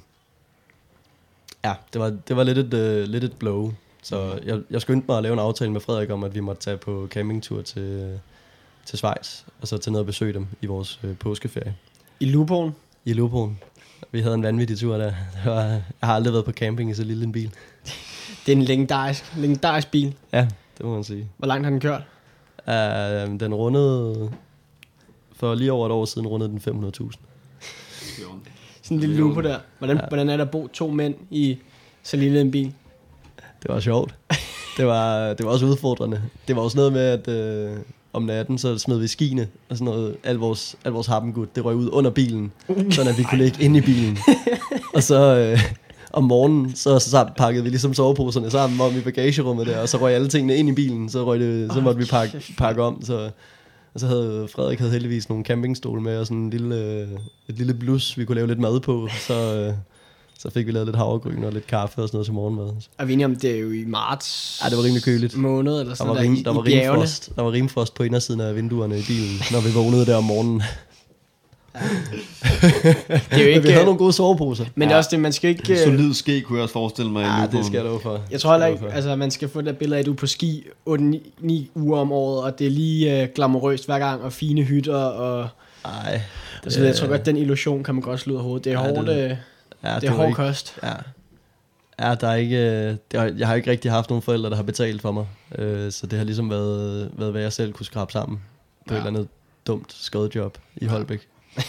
ja, det var, det var lidt, et, uh, lidt et blow. Så jeg, jeg skyndte mig at lave en aftale med Frederik om, at vi måtte tage på campingtur til, til Schweiz, og så tage ned og besøge dem i vores øh, påskeferie. I Lupolen? I Lupolen. Vi havde en vanvittig tur der. Det var, jeg har aldrig været på camping i så lille en bil. Det er en legendarisk, legendarisk bil. Ja, det må man sige. Hvor langt har den kørt? Uh, den rundede, for lige over et år siden, rundede den fem hundrede tusind. Sådan en lille lupo der. Hvordan, ja. hvordan er der at bo to mænd i så lille en bil? Det var sjovt. Det var, det var også udfordrende. Det var også noget med, at øh, om natten, så smed vi skiene og sådan noget. Al vores, al vores happengud, det røg ud under bilen, sådan at vi kunne ligge inde i bilen. Og så øh, om morgenen, så, så pakkede vi ligesom soveposerne sammen om i bagagerummet der, og så røg alle tingene ind i bilen, så, røg det, så måtte vi pakke, pakke om. Så, og så havde Frederik havde heldigvis nogle campingstole med, og sådan en lille, øh, et lille blus, vi kunne lave lidt mad på. Så... Øh, Så fik vi lavet lidt havregryn og lidt kaffe og sådan noget til morgenmad. Er vi enige om, det er jo i marts ja, det var rimelig køligt. Måned eller sådan der var, der, rim, i, der, var i bjergene. rimfrost, der var rimfrost på indersiden af vinduerne i bilen, når vi vågnede der om morgenen. Ja. Det er jo ikke, men vi havde nogle gode soveposer. Men ja. Det er også det, man skal ikke... En solid ske, kunne jeg også forestille mig. Ja, det skal jeg love for. Jeg tror heller ikke, altså man skal få det billede af, at du er på ski otte ni uger om året, og det er lige uh, glamorøst hver gang, og fine hytter, og... Ej. Altså, øh, jeg tror godt, den illusion kan man godt slå ud af hovedet. Det er ja, hårdt, det, øh, ja, det, det er hård kost. Ja. Ja, der er ikke, det har, jeg har ikke rigtig haft nogen forældre, der har betalt for mig. Øh, så det har ligesom været, været, hvad jeg selv kunne skrabe sammen på ja. et eller andet dumt skodejob i Holbæk.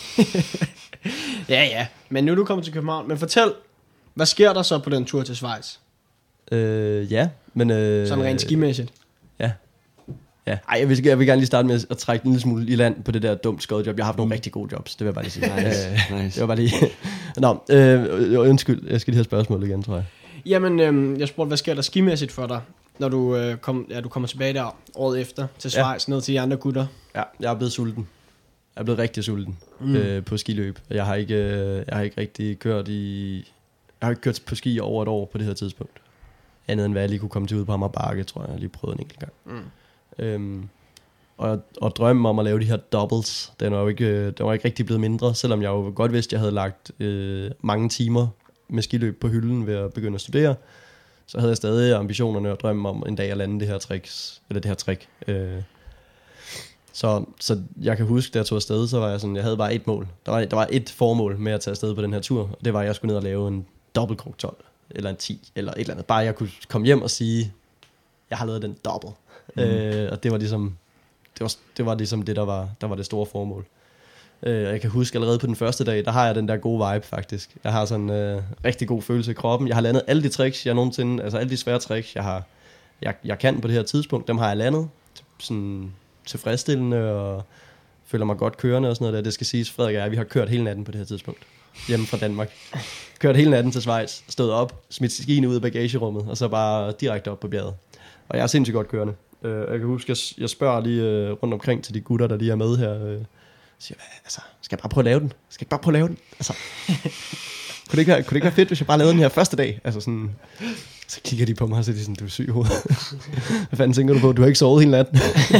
ja, ja. Men nu er du kommet til København. Men fortæl, hvad sker der så på den tur til Schweiz? Øh, ja, men... Øh, Sådan rent skimæssigt. Ja. Ja. Ej, jeg vil, jeg vil gerne lige starte med at trække en lille smule i land på det der dumt skodejob. Jeg har haft nogle rigtig gode jobs, det vil jeg bare lige sige. Nice, nice. Det var bare lige... Nå, øh, undskyld, jeg skal lige have spørgsmål igen, tror jeg. Jamen, øh, jeg spurgte, hvad sker der skimæssigt for dig, når du, øh, kom, ja, du kommer tilbage der året efter til Schweiz, ja. Ned til de andre gutter? Ja, jeg er blevet sulten. Jeg er blevet rigtig sulten mm. øh, på skiløb. Jeg har ikke, øh, jeg har ikke rigtig kørt i... Jeg har ikke kørt på ski i over et år på det her tidspunkt. Andet end hvad jeg lige kunne komme til ud på Amager Bakke, tror jeg. Jeg har lige prøvet en enkelt gang. Mm. Øhm, og, og drømmen om at lave de her doubles, den var jo ikke, den var ikke rigtig blevet mindre, selvom jeg jo godt vidste, at jeg havde lagt øh, mange timer med skiløb på hylden ved at begynde at studere, så havde jeg stadig ambitionerne og drømmen om en dag at lande det her tricks, eller det her trick. Øh, Så, så jeg kan huske, da jeg tog afsted, så var jeg sådan, jeg havde bare et mål. Der var, der var et formål med at tage afsted på den her tur, og det var, at jeg skulle ned og lave en dobbeltkrog tolv, eller en ti, eller et eller andet. Bare jeg kunne komme hjem og sige, jeg har lavet den dobbelt. Mm. Øh, og det var ligesom, det var, det var ligesom det, der var, der var det store formål. Øh, jeg kan huske allerede på den første dag, der har jeg den der gode vibe faktisk. Jeg har sådan en øh, rigtig god følelse i kroppen. Jeg har landet alle de tricks, jeg nogensinde, altså alle de svære tricks, jeg har, jeg, jeg kan på det her tidspunkt, dem har jeg landet sådan tilfredsstillende og føler mig godt kørende og sådan noget der. Det skal siges, Frederik og jeg, vi har kørt hele natten på det her tidspunkt hjemme fra Danmark. Kørt hele natten til Schweiz, stået op, smidt skiene ud af bagagerummet og så bare direkte op på bjerget. Og jeg er sindssygt godt kørende. Jeg kan huske, jeg, jeg spørger lige rundt omkring til de gutter, der lige er med her. Siger, altså, skal jeg bare prøve at lave den? Skal jeg bare prøve at lave den? Altså, kunne, det ikke være, kunne det ikke være fedt, hvis jeg bare lavede den her første dag? Altså sådan, så kigger de på mig og så er de sådan, du er syg i hovedet. Hvad fanden tænker du på? Du har ikke sovet hele natten.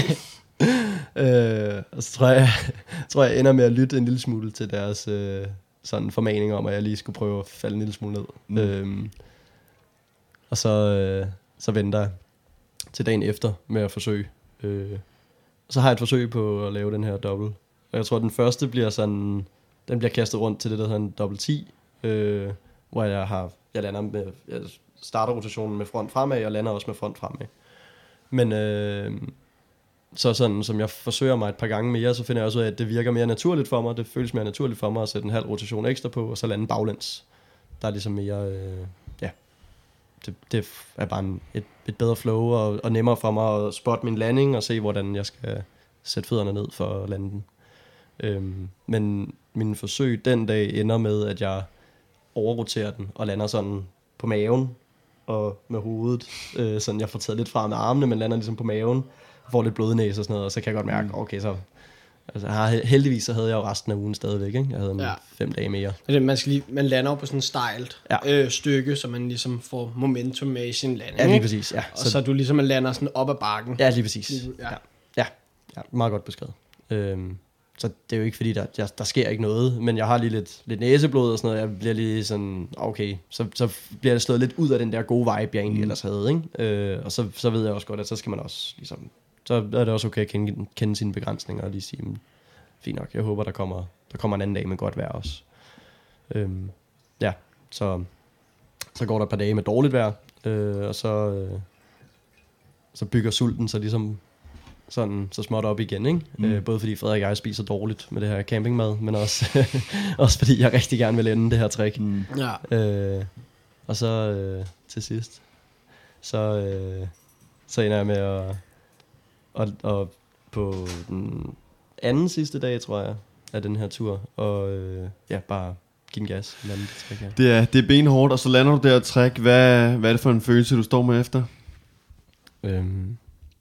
øh, og så tror jeg, tror jeg ender med at lytte en lille smule til deres øh, sådan formaninger om, at jeg lige skulle prøve at falde en lille smule ned. Mm. Øhm, og så, øh, så venter jeg til dagen efter med at forsøge. Øh, så har jeg et forsøg på at lave den her dobbelt. Og jeg tror, at den første bliver sådan, den bliver kastet rundt til det, der hedder en dobbelt ti, øh, hvor jeg har, jeg lander med, jeg starter rotationen med front fremad, og lander også med front fremad. Men øh, så sådan, som jeg forsøger mig et par gange mere, så finder jeg også ud af, at det virker mere naturligt for mig, det føles mere naturligt for mig at sætte en halv rotation ekstra på, og så lande baglæns. Der er ligesom mere, øh, ja, det, det er bare en, et, et bedre flow, og, og nemmere for mig at spotte min landing, og se, hvordan jeg skal sætte fødderne ned for at lande den. Øhm, men min forsøg den dag ender med, at jeg overroterer den og lander sådan på maven og med hovedet, øh, sådan jeg får taget lidt fra med armene, men lander ligesom på maven og får lidt blodnæse og sådan noget, og så kan jeg godt mærke, okay, så altså, heldigvis så havde jeg jo resten af ugen stadigvæk, ikke? Jeg havde en ja. fem dage mere. Det, man, skal lige, man lander jo på sådan et stejlt ja. øh, stykke, så man ligesom får momentum med i sin landing. Ja, lige præcis. Ja. Og så, så du ligesom lander sådan op ad bakken. Ja, lige præcis. Ja, ja. ja. ja meget godt beskrevet. Øhm, Så det er jo ikke fordi, der, der, der sker ikke noget, men jeg har lige lidt, lidt næseblod og sådan noget, jeg bliver lige sådan, okay, så, så bliver jeg slået lidt ud af den der gode vibe, jeg egentlig mm. ellers havde, ikke? Øh, og så, så ved jeg også godt, at så skal man også, ligesom, så er det også okay at kende, kende sine begrænsninger og lige sige, fint nok, jeg håber, der kommer, der kommer en anden dag med godt vejr også. Øhm, ja, så, så går der et par dage med dårligt vejr, øh, og så, øh, så bygger sulten så ligesom sådan så småt op igen, ikke? Mm. Øh, både fordi Frederik og jeg spiser dårligt med det her campingmad, men også, også fordi jeg rigtig gerne vil ende det her trick. Mm. Ja. Øh, og så øh, til sidst, så, øh, så ender jeg med at, at, at på den anden sidste dag, tror jeg, af den her tur, og øh, ja, bare give en gas. Lande det, trick her. Det er, det er benhårdt, og så lander du der trick. Hvad, hvad er det for en følelse, du står med efter? Øhm,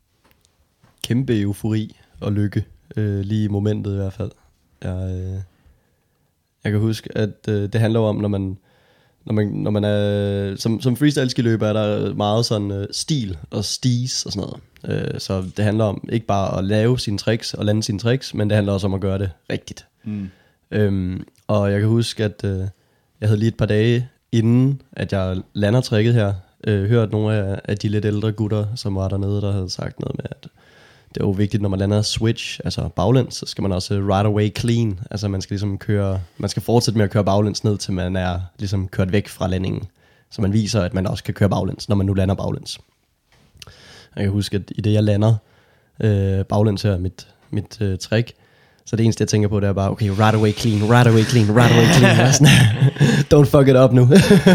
kæmpe eufori og lykke, øh, lige i momentet i hvert fald. Jeg, øh, jeg kan huske, at øh, det handler om, når man, når man, når man er, som, som freestyle-skiløber er der meget sådan øh, stil og steez og sådan noget. Øh, så det handler om ikke bare at lave sine tricks og lande sine tricks, men det handler også om at gøre det rigtigt. Mm. Øhm, og jeg kan huske, at øh, jeg havde lige et par dage inden, at jeg lander tricket her, øh, hørt nogle af, af de lidt ældre gutter, som var dernede, der havde sagt noget med, at det er jo vigtigt, når man lander switch, altså baglæns, så skal man også right away clean. Altså man skal ligesom køre, man skal fortsætte med at køre baglæns ned, til man er ligesom kørt væk fra landingen. Så man viser, at man også kan køre baglæns, når man nu lander baglæns. Jeg kan huske, at i det jeg lander øh, baglæns her, mit, mit øh, trick, så det eneste jeg tænker på, det er bare, okay, right away clean, right away clean, right away clean. Don't fuck it up nu.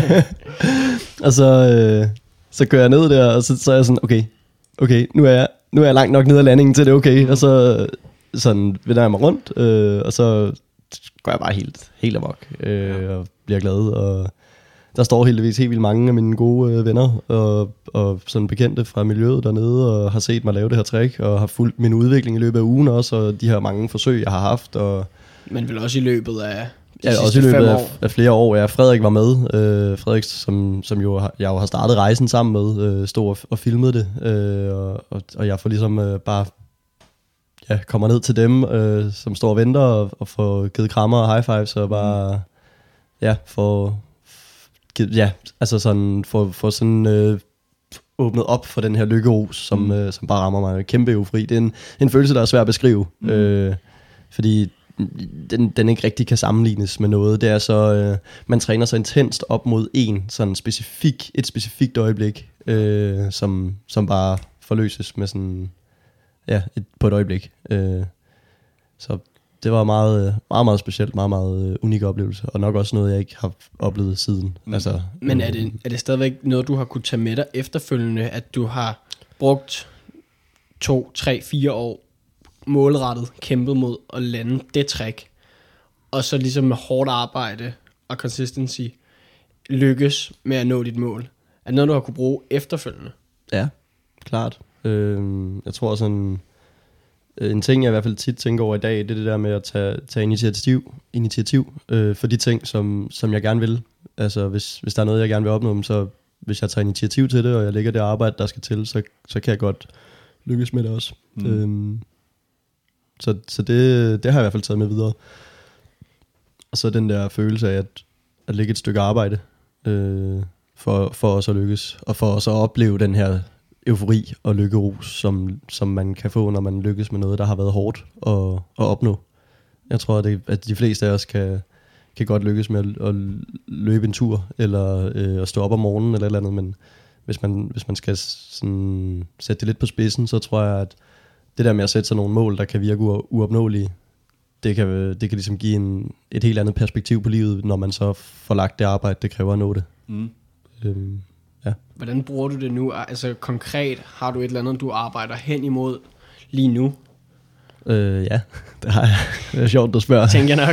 Og så, øh, så kører jeg ned der, og så, så er jeg sådan, okay, okay, nu er jeg Nu er jeg langt nok ned ad landingen til det okay, og så sådan vender jeg mig rundt, øh, og så går jeg bare helt, helt amok, øh, og bliver glad, og der står heldigvis helt vildt mange af mine gode øh, venner, og, og sådan bekendte fra miljøet dernede, og har set mig lave det her trick, og har fulgt min udvikling i løbet af ugen også, og de her mange forsøg, jeg har haft. Og men vel også i løbet af ja, også i løbet af, af flere år. Ja, Frederik var med. Øh, Frederik, som, som jo har, jeg jo har startet rejsen sammen med, øh, stod og, og filmede det. Øh, og, og, og jeg får ligesom øh, bare ja, kommer ned til dem, øh, som står og venter, og, og får givet krammer og high fives, og bare mm. ja, får ja, altså sådan, får, får sådan øh, åbnet op for den her lykkerus, som, mm. øh, som bare rammer mig kæmpe eufori. Det er en, en følelse, der er svær at beskrive, mm. øh, fordi den, den ikke rigtig kan sammenlignes med noget. Det er så, øh, man træner sig intenst op mod en sådan specifik, et specifikt øjeblik, øh, som, som bare forløses med sådan, ja, et, på et øjeblik. Øh, så det var meget, meget, meget specielt, meget, meget unik oplevelse, og nok også noget, jeg ikke har oplevet siden. Mm. Altså, Men er det, er det stadigvæk noget, du har kunne tage med dig efterfølgende, at du har brugt to, tre, fire år målrettet kæmpet mod at lande det trick, og så ligesom med hårdt arbejde og consistency lykkes med at nå dit mål? Er det noget, du har kunne bruge efterfølgende? Ja, klart. Øh, jeg tror sådan, en ting, jeg i hvert fald tit tænker over i dag, det er det der med at tage, tage initiativ, initiativ øh, for de ting, som, som jeg gerne vil. Altså, hvis, hvis der er noget, jeg gerne vil opnå, så hvis jeg tager initiativ til det, og jeg lægger det arbejde, der skal til, så, så kan jeg godt lykkes med det også. Mm. Øhm, så så det, det har jeg i hvert fald taget med videre. Og så den der følelse af at, at lægge et stykke arbejde øh, for, for os at lykkes, og for os at opleve den her eufori og lykkerus, som, som man kan få, når man lykkes med noget, der har været hårdt at, at opnå. Jeg tror, at, det, at de fleste af os kan, kan godt lykkes med at, at løbe en tur, eller øh, at stå op om morgenen, eller et eller andet, men hvis man, hvis man skal sådan, sætte det lidt på spidsen, så tror jeg, at det der med at sætte sig nogle mål, der kan virke u- uopnåelige, det kan, det kan ligesom give en, et helt andet perspektiv på livet, når man så får lagt det arbejde, det kræver at nå det. Mm. Øhm, ja. Hvordan bruger du det nu? Altså konkret, har du et eller andet, du arbejder hen imod lige nu? Øh, ja, det har jeg. Det er sjovt, du spørger. Tænker jeg nok.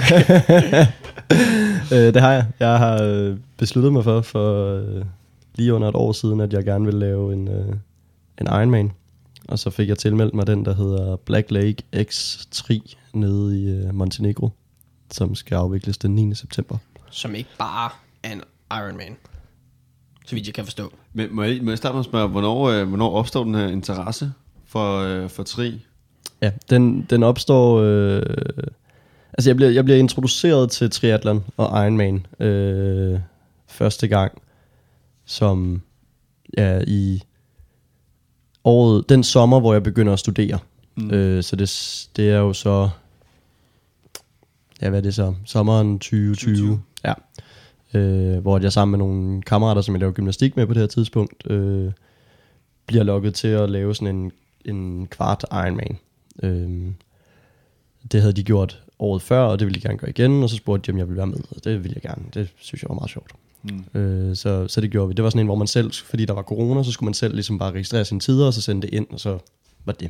øh, det har jeg. Jeg har besluttet mig for, for øh, lige under et år siden, at jeg gerne vil lave en, øh, en Ironman. Og så fik jeg tilmeldt mig den, der hedder Black Lake X tre nede i øh, Montenegro, som skal afvikles den niende september. Som ikke bare er en Ironman, så vidt jeg kan forstå. Men må jeg, må jeg starte med at spørge, hvornår, øh, hvornår opstår den her interesse for, øh, for tri? Ja, den, den opstår... Øh, altså, jeg bliver, jeg bliver introduceret til triathlon og Ironman øh, første gang, som ja, i året, den sommer, hvor jeg begynder at studere. Mm. Øh, så det, det er jo så... Ja, hvad er det så? Sommeren tyve tyve. Ja. Øh, hvor jeg sammen med nogle kammerater, som jeg laver gymnastik med på det her tidspunkt, øh, bliver lokket til at lave sådan en, en kvart Ironman. Øh, det havde de gjort året før, og det ville de gerne gøre igen, og så spurgte de, om jeg ville være med, og det ville jeg gerne. Det synes jeg var meget sjovt. Mm. Øh, så, så det gjorde vi. Det var sådan en, hvor man selv, fordi der var corona, så skulle man selv ligesom bare registrere sine tider, og så sende det ind, og så var det.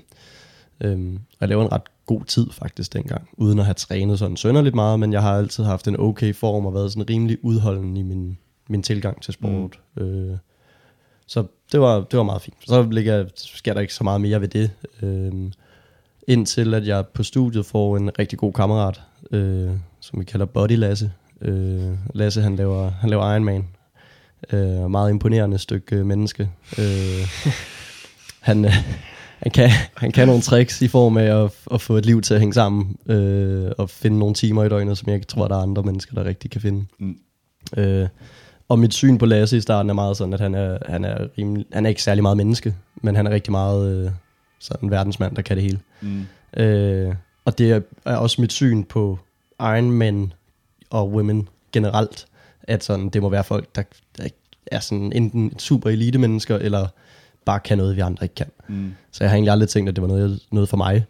Øh, og jeg lavede en ret god tid faktisk dengang, uden at have trænet sådan sønderligt meget, men jeg har altid haft en okay form og været sådan rimelig udholden i min, min tilgang til sport. Mm. Øh, så det var, det var meget fint. Så ligger, sker der ikke så meget mere ved det. Øh, indtil at jeg på studiet får en rigtig god kammerat, øh, som vi kalder Body Lasse. Øh, Lasse, han laver, han laver Ironman. Øh, meget imponerende stykke menneske. Øh, han... Øh, Han kan, han kan nogle tricks i form af at, at få et liv til at hænge sammen, øh, og finde nogle timer i døgnet, som jeg ikke tror, der er andre mennesker, der rigtig kan finde. Mm. Øh, og mit syn på Lasse i starten er meget sådan, at han er, han er, rimelig, han er ikke særlig meget menneske, men han er rigtig meget øh, sådan en verdensmand, der kan det hele. Mm. Øh, og det er også mit syn på Ironman og women generelt, at sådan, det må være folk, der, der er sådan enten super elite mennesker, eller bare kan noget, vi andre ikke kan. Mm. Så jeg har egentlig aldrig tænkt, at det var noget, noget for mig.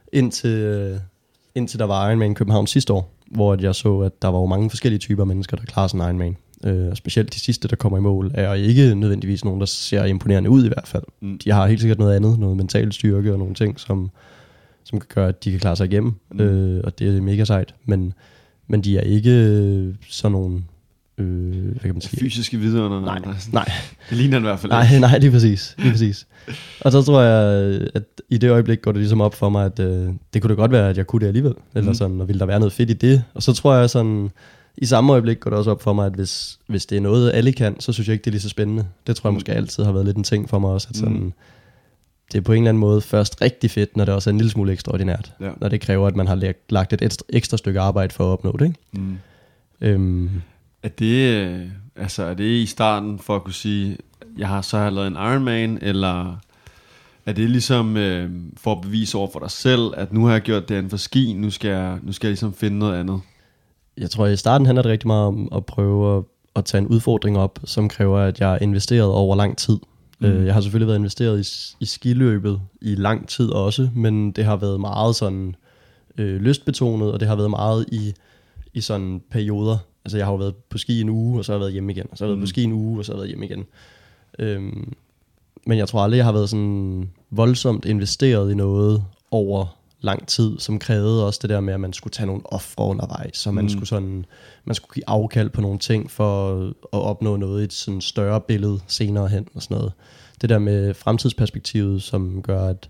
Indtil, indtil der var Ironman i København sidste år, hvor jeg så, at der var jo mange forskellige typer mennesker, der klarer sådan en Ironman. Øh, specielt de sidste, der kommer i mål, er ikke nødvendigvis nogen, der ser imponerende ud i hvert fald. Mm. De har helt sikkert noget andet, noget mental styrke og nogle ting, som, som kan gøre, at de kan klare sig igennem. Mm. Øh, og det er mega sejt. Men, men de er ikke sådan nogle... Øh, hvad kan man sige? Fysiske vidunder. Nej, nej. Det ligner i hvert fald nej, nej, lige præcis, lige præcis. Og så tror jeg, at i det øjeblik går det ligesom op for mig, at øh, det kunne da godt være, at jeg kunne det alligevel. Mm. Eller sådan, og ville der være noget fedt i det. Og så tror jeg sådan, i samme øjeblik går det også op for mig, at hvis, hvis det er noget, alle kan, så synes jeg ikke, det er lige så spændende. Det tror jeg måske altid har været lidt en ting for mig også, at sådan, mm. det er på en eller anden måde først rigtig fedt, når det også er en lille smule ekstraordinært. Ja. Når det kræver, at man har lagt et ekstra, ekstra stykke arbejde for at opnå det, ikke? Mm. Øhm, Er det, altså er det i starten for at kunne sige, jeg har så har jeg lavet en Ironman, eller er det ligesom øh, for at bevise over for dig selv, at nu har jeg gjort det inden for ski, nu skal jeg, nu skal jeg ligesom finde noget andet? Jeg tror, at i starten handler det rigtig meget om at prøve at, at tage en udfordring op, som kræver, at jeg er investeret over lang tid. Mm. Jeg har selvfølgelig været investeret i, i skiløbet i lang tid også, men det har været meget sådan øh, lystbetonet, og det har været meget i, i sådan perioder. Altså jeg har jo været på ski en uge, og så har jeg været hjemme igen, og så har jeg været på ski en uge, og så har jeg været hjemme igen. Øhm, men jeg tror aldrig, jeg har været sådan voldsomt investeret i noget over lang tid, som krævede også det der med, at man skulle tage nogle ofre undervejs, så man mm. skulle sådan, man skulle give afkald på nogle ting for at opnå noget i et sådan større billede senere hen og sådan noget. Det der med fremtidsperspektivet, som gør, at,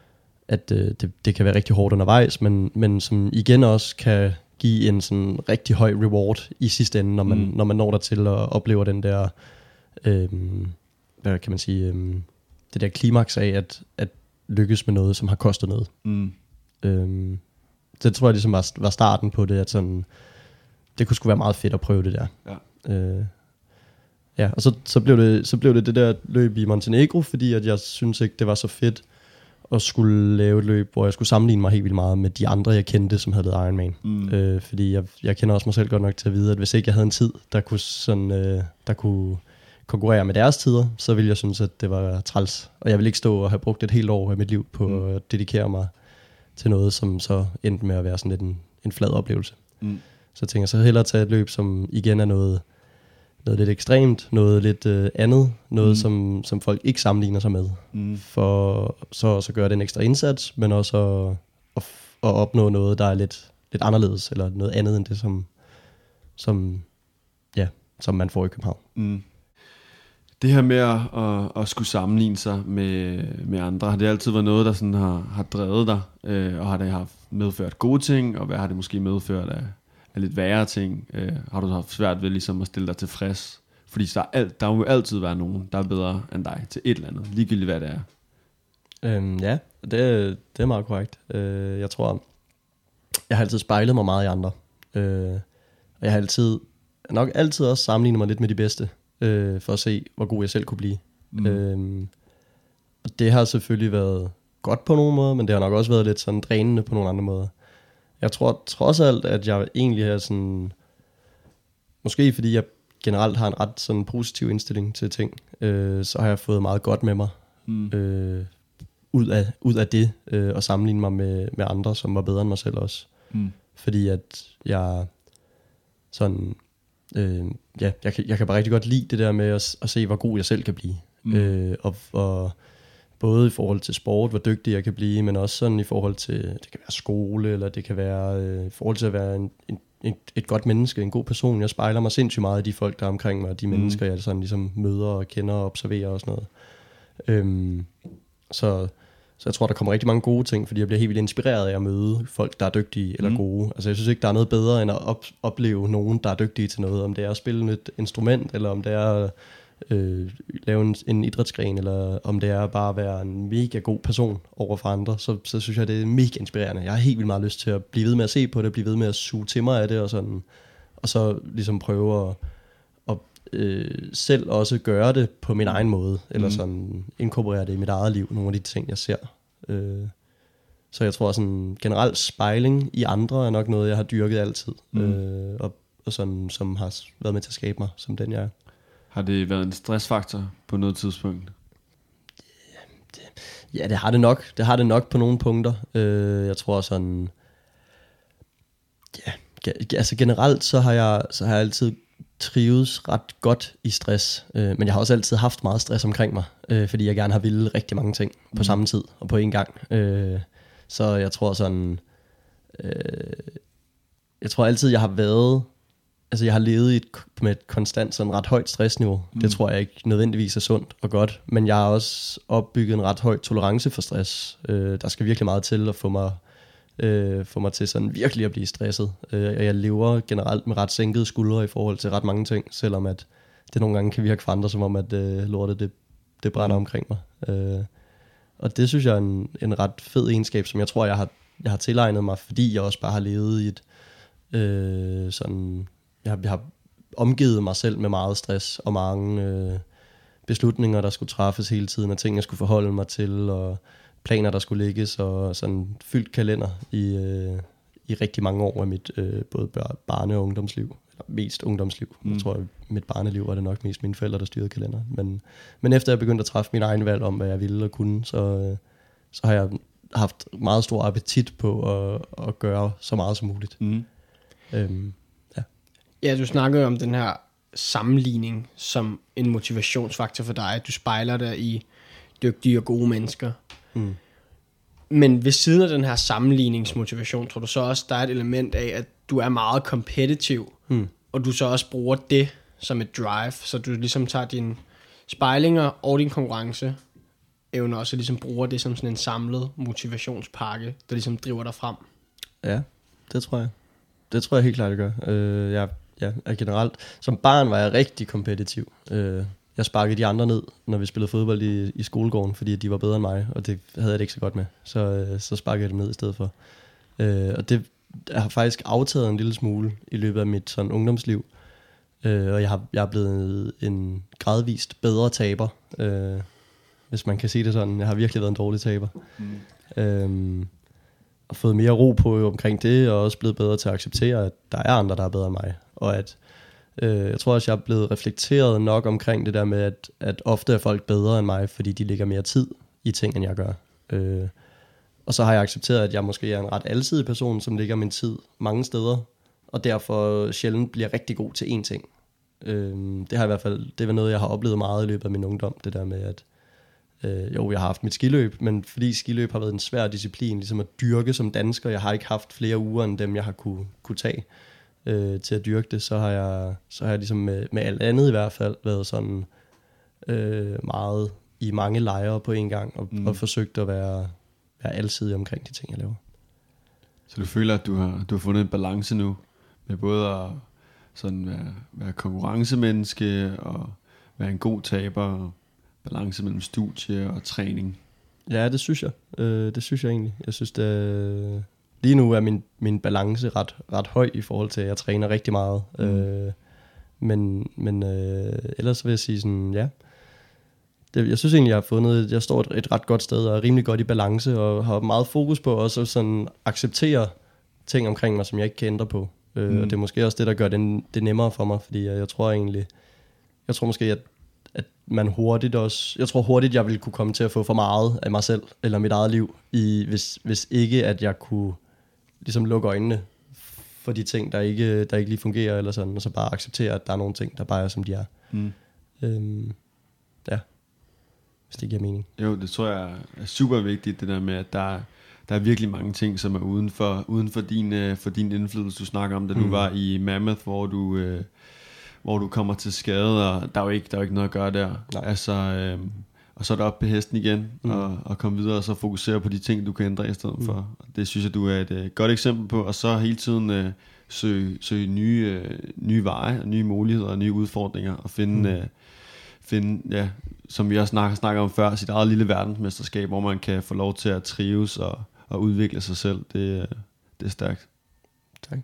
at øh, det, det kan være rigtig hårdt undervejs, men, men som igen også kan give en sådan rigtig høj reward i sidste ende, når man, mm. når man når der til at opleve den der, øh, hvad kan man sige, øh, det der klimaks af, at, at lykkes med noget, som har kostet noget. Mm. Øhm, det tror jeg ligesom var, var starten på det, at sådan, det kunne sgu være meget fedt at prøve det der. Ja, øh, ja og så, så, blev det, så blev det det der løb i Montenegro, fordi at jeg synes ikke, det var så fedt at skulle lave et løb, hvor jeg skulle sammenligne mig helt vildt meget med de andre, jeg kendte, som havde lavet Ironman. Mm. Øh, fordi jeg, jeg kender også mig selv godt nok til at vide, at hvis ikke jeg havde en tid, der kunne, sådan, øh, der kunne konkurrere med deres tider, så ville jeg synes, at det var træls. Og jeg ville ikke stå og have brugt et helt år i mit liv på mm. at dedikere mig til noget, som så endte med at være sådan lidt en, en flad oplevelse. Mm. Så jeg tænker, så hellere tage et løb, som igen er noget, noget lidt ekstremt, noget lidt øh, andet, noget, mm. som, som folk ikke sammenligner sig med, mm. for så, så gøre den ekstra indsats, men også at, at, at opnå noget, der er lidt, lidt anderledes, eller noget andet end det, som, som, ja, som man får i København. Mm. Det her med at, at, at skulle sammenligne sig med, med andre, har det altid været noget, der sådan har, har drevet dig? Øh, og har det haft medført gode ting, og hvad har det måske medført af, af lidt værre ting? Øh, har du haft svært ved ligesom at stille dig tilfreds? Fordi der, er alt, der vil jo altid være nogen, der er bedre end dig til et eller andet, ligegyldigt hvad det er. Øhm, ja, det, det er meget korrekt. Øh, jeg tror, jeg har altid spejlet mig meget i andre. Øh, og jeg har altid, nok altid også sammenlignet mig lidt med de bedste. Øh, for at se, hvor god jeg selv kunne blive. Mm. Øhm, og det har selvfølgelig været godt på nogle måder, men det har nok også været lidt sådan drænende på nogle andre måder. Jeg tror trods alt, at jeg egentlig har sådan, måske fordi jeg generelt har en ret sådan positiv indstilling til ting, øh, så har jeg fået meget godt med mig mm. øh, ud, af, ud af det, øh, og sammenligne mig med, med andre, som var bedre end mig selv også. Mm. Fordi at jeg sådan... Øh, ja, jeg kan, jeg kan bare rigtig godt lide det der med at, at se, hvor god jeg selv kan blive. Mm. Øh, og, og både i forhold til sport, hvor dygtig jeg kan blive, men også sådan i forhold til, det kan være skole, eller det kan være øh, i forhold til at være en, en, en, et godt menneske, en god person. Jeg spejler mig sindssygt meget i de folk, der er omkring mig, og de mm. mennesker, jeg sådan ligesom møder og kender og observerer og sådan noget. Øhm, så... Så jeg tror, der kommer rigtig mange gode ting, fordi jeg bliver helt vildt inspireret af at møde folk, der er dygtige eller mm. gode. Altså jeg synes ikke, der er noget bedre, end at op- opleve nogen, der er dygtige til noget. Om det er at spille et instrument, eller om det er at øh, lave en, en idrætsgren, eller om det er bare at være en mega god person over for andre. Så, så synes jeg, det er mega inspirerende. Jeg har helt vildt meget lyst til at blive ved med at se på det, blive ved med at suge til mig af det, og, sådan, og så ligesom prøve at... Øh, selv også gøre det på min egen måde, eller mm. sådan inkorporere det i mit eget liv, nogle af de ting, jeg ser. Øh, så jeg tror sådan generelt spejling i andre er nok noget, jeg har dyrket altid, mm. øh, og, og sådan, som har været med til at skabe mig, som den jeg er. Har det været en stressfaktor på noget tidspunkt? Ja, det, ja, det har det nok. Det har det nok på nogle punkter. Øh, jeg tror sådan, ja, altså generelt så har jeg, så har jeg altid trives ret godt i stress, øh, men jeg har også altid haft meget stress omkring mig, øh, fordi jeg gerne har ville rigtig mange ting på mm. samme tid og på en gang. Øh, så jeg tror sådan, øh, jeg tror altid jeg har været, altså jeg har levet i et, med et konstant sådan ret højt stressniveau. Mm. Det tror jeg ikke nødvendigvis er sundt og godt, men jeg har også opbygget en ret høj tolerance for stress. Øh, der skal virkelig meget til at få mig Øh, få mig til sådan virkelig at blive stresset. Øh, og jeg lever generelt med ret sænkede skuldre i forhold til ret mange ting, selvom at det nogle gange kan virke for andre, som om at øh, lortet det, det brænder omkring mig. Øh, og det synes jeg er en, en ret fed egenskab, som jeg tror, jeg har, jeg har tilegnet mig, fordi jeg også bare har levet i et øh, sådan, jeg har, jeg har omgivet mig selv med meget stress og mange øh, beslutninger, der skulle træffes hele tiden, og ting, jeg skulle forholde mig til, og planer, der skulle lægges, og sådan fyldt kalender i, øh, i rigtig mange år af mit øh, både barne- og ungdomsliv. Eller mest ungdomsliv. Mm. Jeg tror, at mit barneliv var det nok mest mine forældre, der styrede kalender. Men, men efter jeg begyndte at træffe min egen valg om, hvad jeg ville og kunne, så, øh, så har jeg haft meget stor appetit på at, at gøre så meget som muligt. Mm. Øhm, ja. ja, du snakkede om den her sammenligning som en motivationsfaktor for dig, at du spejler dig i dygtige og gode mennesker. Mm. Men ved siden af den her sammenligningsmotivation, tror du så også, der er et element af, at du er meget kompetitiv, mm. og du så også bruger det som et drive, så du ligesom tager dine spejlinger og din konkurrence evner også ligesom bruger det som sådan en samlet motivationspakke, der ligesom driver dig frem. Ja, det tror jeg. Det tror jeg helt klart, det gør. Øh, jeg, ja, generelt. Som barn var jeg rigtig kompetitiv. Øh, jeg sparkede de andre ned, når vi spillede fodbold i, i skolegården, fordi de var bedre end mig, og det havde jeg det ikke så godt med. Så, øh, så sparkede jeg dem ned i stedet for. Øh, og det har faktisk aftaget en lille smule i løbet af mit sådan, ungdomsliv. Øh, og jeg, har, jeg er blevet en gradvist bedre taber, øh, hvis man kan sige det sådan. Jeg har virkelig været en dårlig taber. Mm. Øh, og fået mere ro på omkring det, og også blevet bedre til at acceptere, at der er andre, der er bedre end mig. Og at øh, jeg tror også, jeg er blevet reflekteret nok omkring det der med, at, at ofte er folk bedre end mig, fordi de lægger mere tid i ting, end jeg gør. Øh, og så har jeg accepteret, at jeg måske er en ret alsidig person, som lægger min tid mange steder, og derfor sjældent bliver rigtig god til én ting. Øh, det har i hvert fald, det var noget, jeg har oplevet meget i løbet af min ungdom, det der med, at Øh, jo, jeg har haft mit skiløb, men fordi skiløb har været en svær disciplin, ligesom at dyrke som dansker, jeg har ikke haft flere uger end dem, jeg har kunne, kunne tage øh, til at dyrke det, så har jeg, så har jeg ligesom med, med alt andet i hvert fald været sådan øh, meget i mange lejre på en gang, og, mm. og forsøgt at være, være alsidig omkring de ting, jeg laver. Så du føler, at du har, du har fundet en balance nu, med både at sådan være, være konkurrencemenneske, og være en god taber, balance mellem studie og træning? Ja, det synes jeg. Øh, det synes jeg egentlig. Jeg synes, det, lige nu er min, min balance ret, ret høj i forhold til, at jeg træner rigtig meget. Mm. Øh, men men øh, ellers vil jeg sige sådan, ja. Det, jeg synes egentlig, jeg har fundet, jeg står et, et ret godt sted og er rimelig godt i balance, og har meget fokus på også at sådan acceptere ting omkring mig, som jeg ikke kan ændre på. Øh, mm. Og det er måske også det, der gør det, det nemmere for mig, fordi jeg, jeg tror egentlig, jeg tror måske, at at man hurtigt også, jeg tror hurtigt, jeg ville kunne komme til at få for meget af mig selv, eller mit eget liv, i, hvis, hvis ikke, at jeg kunne ligesom lukke øjnene for de ting, der ikke, der ikke lige fungerer, eller sådan, og så bare acceptere, at der er nogle ting, der bare er, som de er. Mm. Øhm, ja, hvis det giver mening. Jo, det tror jeg er super vigtigt, det der med, at der, der er virkelig mange ting, som er uden for, uden for, din, for din indflydelse. Du snakker om, da du mm. var i Mammoth, hvor du... Øh, hvor du kommer til skade, og der er jo ikke, der er jo ikke noget at gøre der. Nej. Altså, øh, og så er der op på hesten igen, mm. og, og komme videre, og så fokusere på de ting, du kan ændre i stedet mm. for. Det synes jeg, du er et øh, godt eksempel på, og så hele tiden øh, søge, søge nye, øh, nye veje, og nye muligheder, og nye udfordringer, og finde, mm. øh, finde ja, som vi også snakker, snakker om før, sit eget lille verdensmesterskab, hvor man kan få lov til at trives og, og udvikle sig selv. Det, øh, det er stærkt. Tak.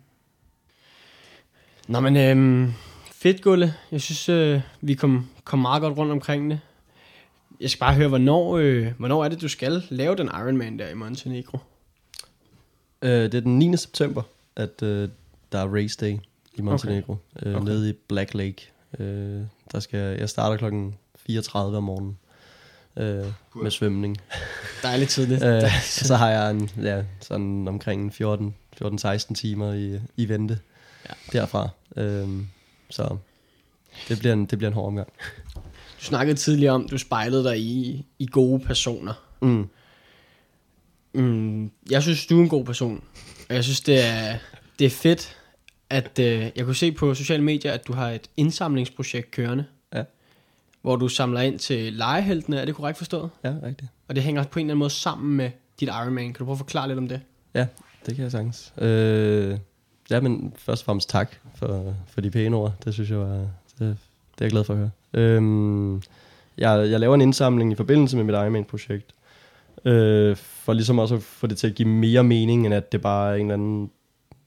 Nå, men... Øhm fedt, Gulle. Jeg synes, øh, vi kom, kom meget godt rundt omkring det. Jeg skal bare høre, hvornår, øh, hvornår er det, du skal lave den Ironman der i Montenegro? Øh, det er den niende september, at øh, der er race day i Montenegro. Okay. Øh, okay. Nede i Black Lake. Øh, der skal, jeg starter klokken fireogtredive om morgenen øh, med svømning. Dejligt tidligt. øh, så har jeg en, ja, sådan omkring fjorten til seksten timer i, i vente ja. derfra. Øh, Så det bliver en, det bliver en hård omgang. Du snakkede tidligere om, du spejlede dig i, i gode personer. Mm. Mm, jeg synes, du er en god person. Og jeg synes, det er, det er fedt, at øh, jeg kunne se på sociale medier, at du har et indsamlingsprojekt kørende. Ja. Hvor du samler ind til legeheltene. Er det korrekt forstået? Ja, rigtigt. Og det hænger på en eller anden måde sammen med dit Ironman. Kan du prøve at forklare lidt om det? Ja, det kan jeg sagtens. Øh... Ja, men først og fremmest tak for, for de pæne ord. Det synes jeg var, det, det er jeg glad for at høre. Øhm, jeg, jeg laver en indsamling i forbindelse med mit Ironman-projekt, øh, for ligesom også at få det til at give mere mening, end at det bare er en eller anden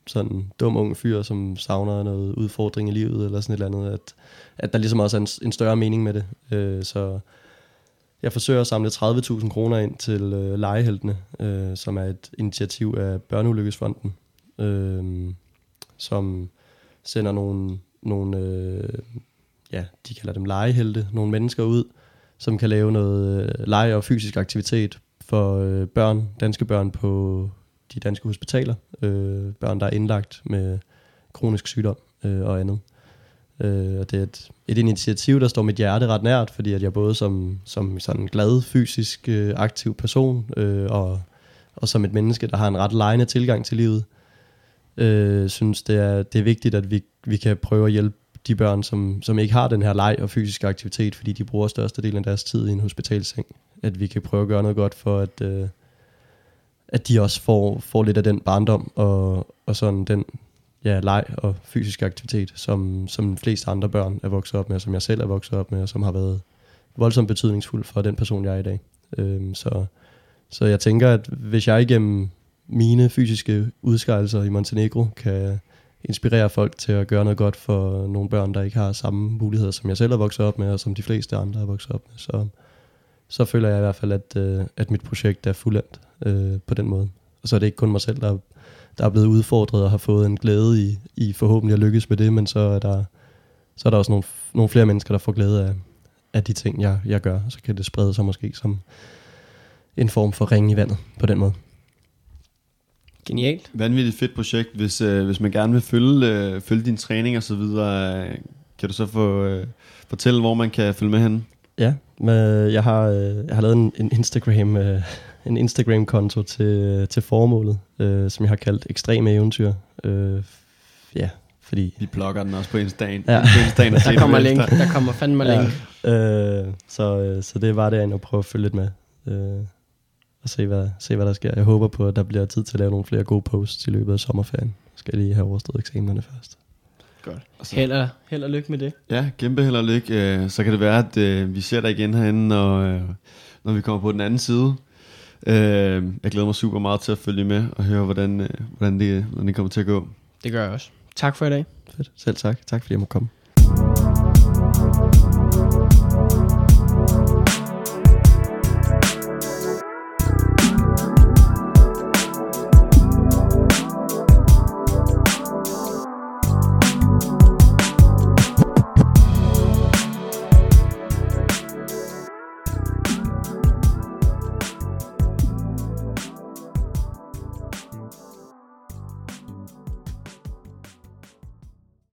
sådan dum ung fyr, som savner noget udfordring i livet, eller sådan et eller andet, at, at der ligesom også er en, en større mening med det. Øh, så jeg forsøger at samle tredive tusind kroner ind til øh, Legeheltene, øh, som er et initiativ af Børneulykkesfonden, øh, som sender nogle, nogle øh, ja, de kalder dem legehelte, nogle mennesker ud, som kan lave noget øh, lege og fysisk aktivitet for øh, børn, danske børn på de danske hospitaler. Øh, børn, der er indlagt med kronisk sygdom øh, og andet. Øh, og det er et, et initiativ, der står mit hjerte ret nært, fordi at jeg både som, som sådan en glad, fysisk øh, aktiv person, øh, og, og som et menneske, der har en ret legende tilgang til livet, øh, synes, det er, det er vigtigt, at vi, vi kan prøve at hjælpe de børn, som, som ikke har den her leg og fysisk aktivitet, fordi de bruger størstedelen af deres tid i en hospitalseng. At vi kan prøve at gøre noget godt for, at, øh, at de også får, får lidt af den barndom og, og sådan den ja, leg og fysisk aktivitet, som, som de fleste andre børn er vokset op med, som jeg selv er vokset op med, og som har været voldsomt betydningsfuld for den person, jeg er i dag. Øhm, så, så jeg tænker, at hvis jeg igennem mine fysiske udskejelser i Montenegro kan inspirere folk til at gøre noget godt for nogle børn, der ikke har samme muligheder, som jeg selv er vokset op med, og som de fleste andre er vokset op med, så, så føler jeg i hvert fald, at, øh, at mit projekt er fuldendt øh, på den måde. Og så er det ikke kun mig selv, der, der er blevet udfordret og har fået en glæde i, i forhåbentlig at lykkes med det, men så er der, så er der også nogle, nogle flere mennesker, der får glæde af, af de ting, jeg, jeg gør. Så kan det sprede sig måske som en form for ring i vandet på den måde. Genialt. Vanvittigt fedt projekt. Hvis, øh, hvis man gerne vil følge, øh, følge din træning og så videre, øh, kan du så få, øh, fortælle, hvor man kan følge med henne? Ja, men jeg har, øh, jeg har lavet en, en Instagram øh, en Instagram-konto til, til formålet, øh, som jeg har kaldt Ekstreme Eventyr. Øh, ja, fordi... Vi blogger den også på Instagram. Ja. Instagram der kommer link. Der kommer fandme ja. link. Øh, så, øh, så det er bare derinde at prøve at følge lidt med. Øh, og se hvad, se hvad der sker. Jeg håber på, at der bliver tid til at lave nogle flere gode posts i løbet af sommerferien. Skal jeg lige have overstået eksamenerne først. Godt. Så. Held, og, held og lykke med det. Ja, kæmpe held og lykke. Så kan det være, at vi ser dig igen herinde, når, når vi kommer på den anden side. Jeg glæder mig super meget til at følge med og høre, hvordan, hvordan, det, hvordan det kommer til at gå. Det gør jeg også. Tak for i dag. Fedt. Selv tak. Tak fordi jeg måtte komme.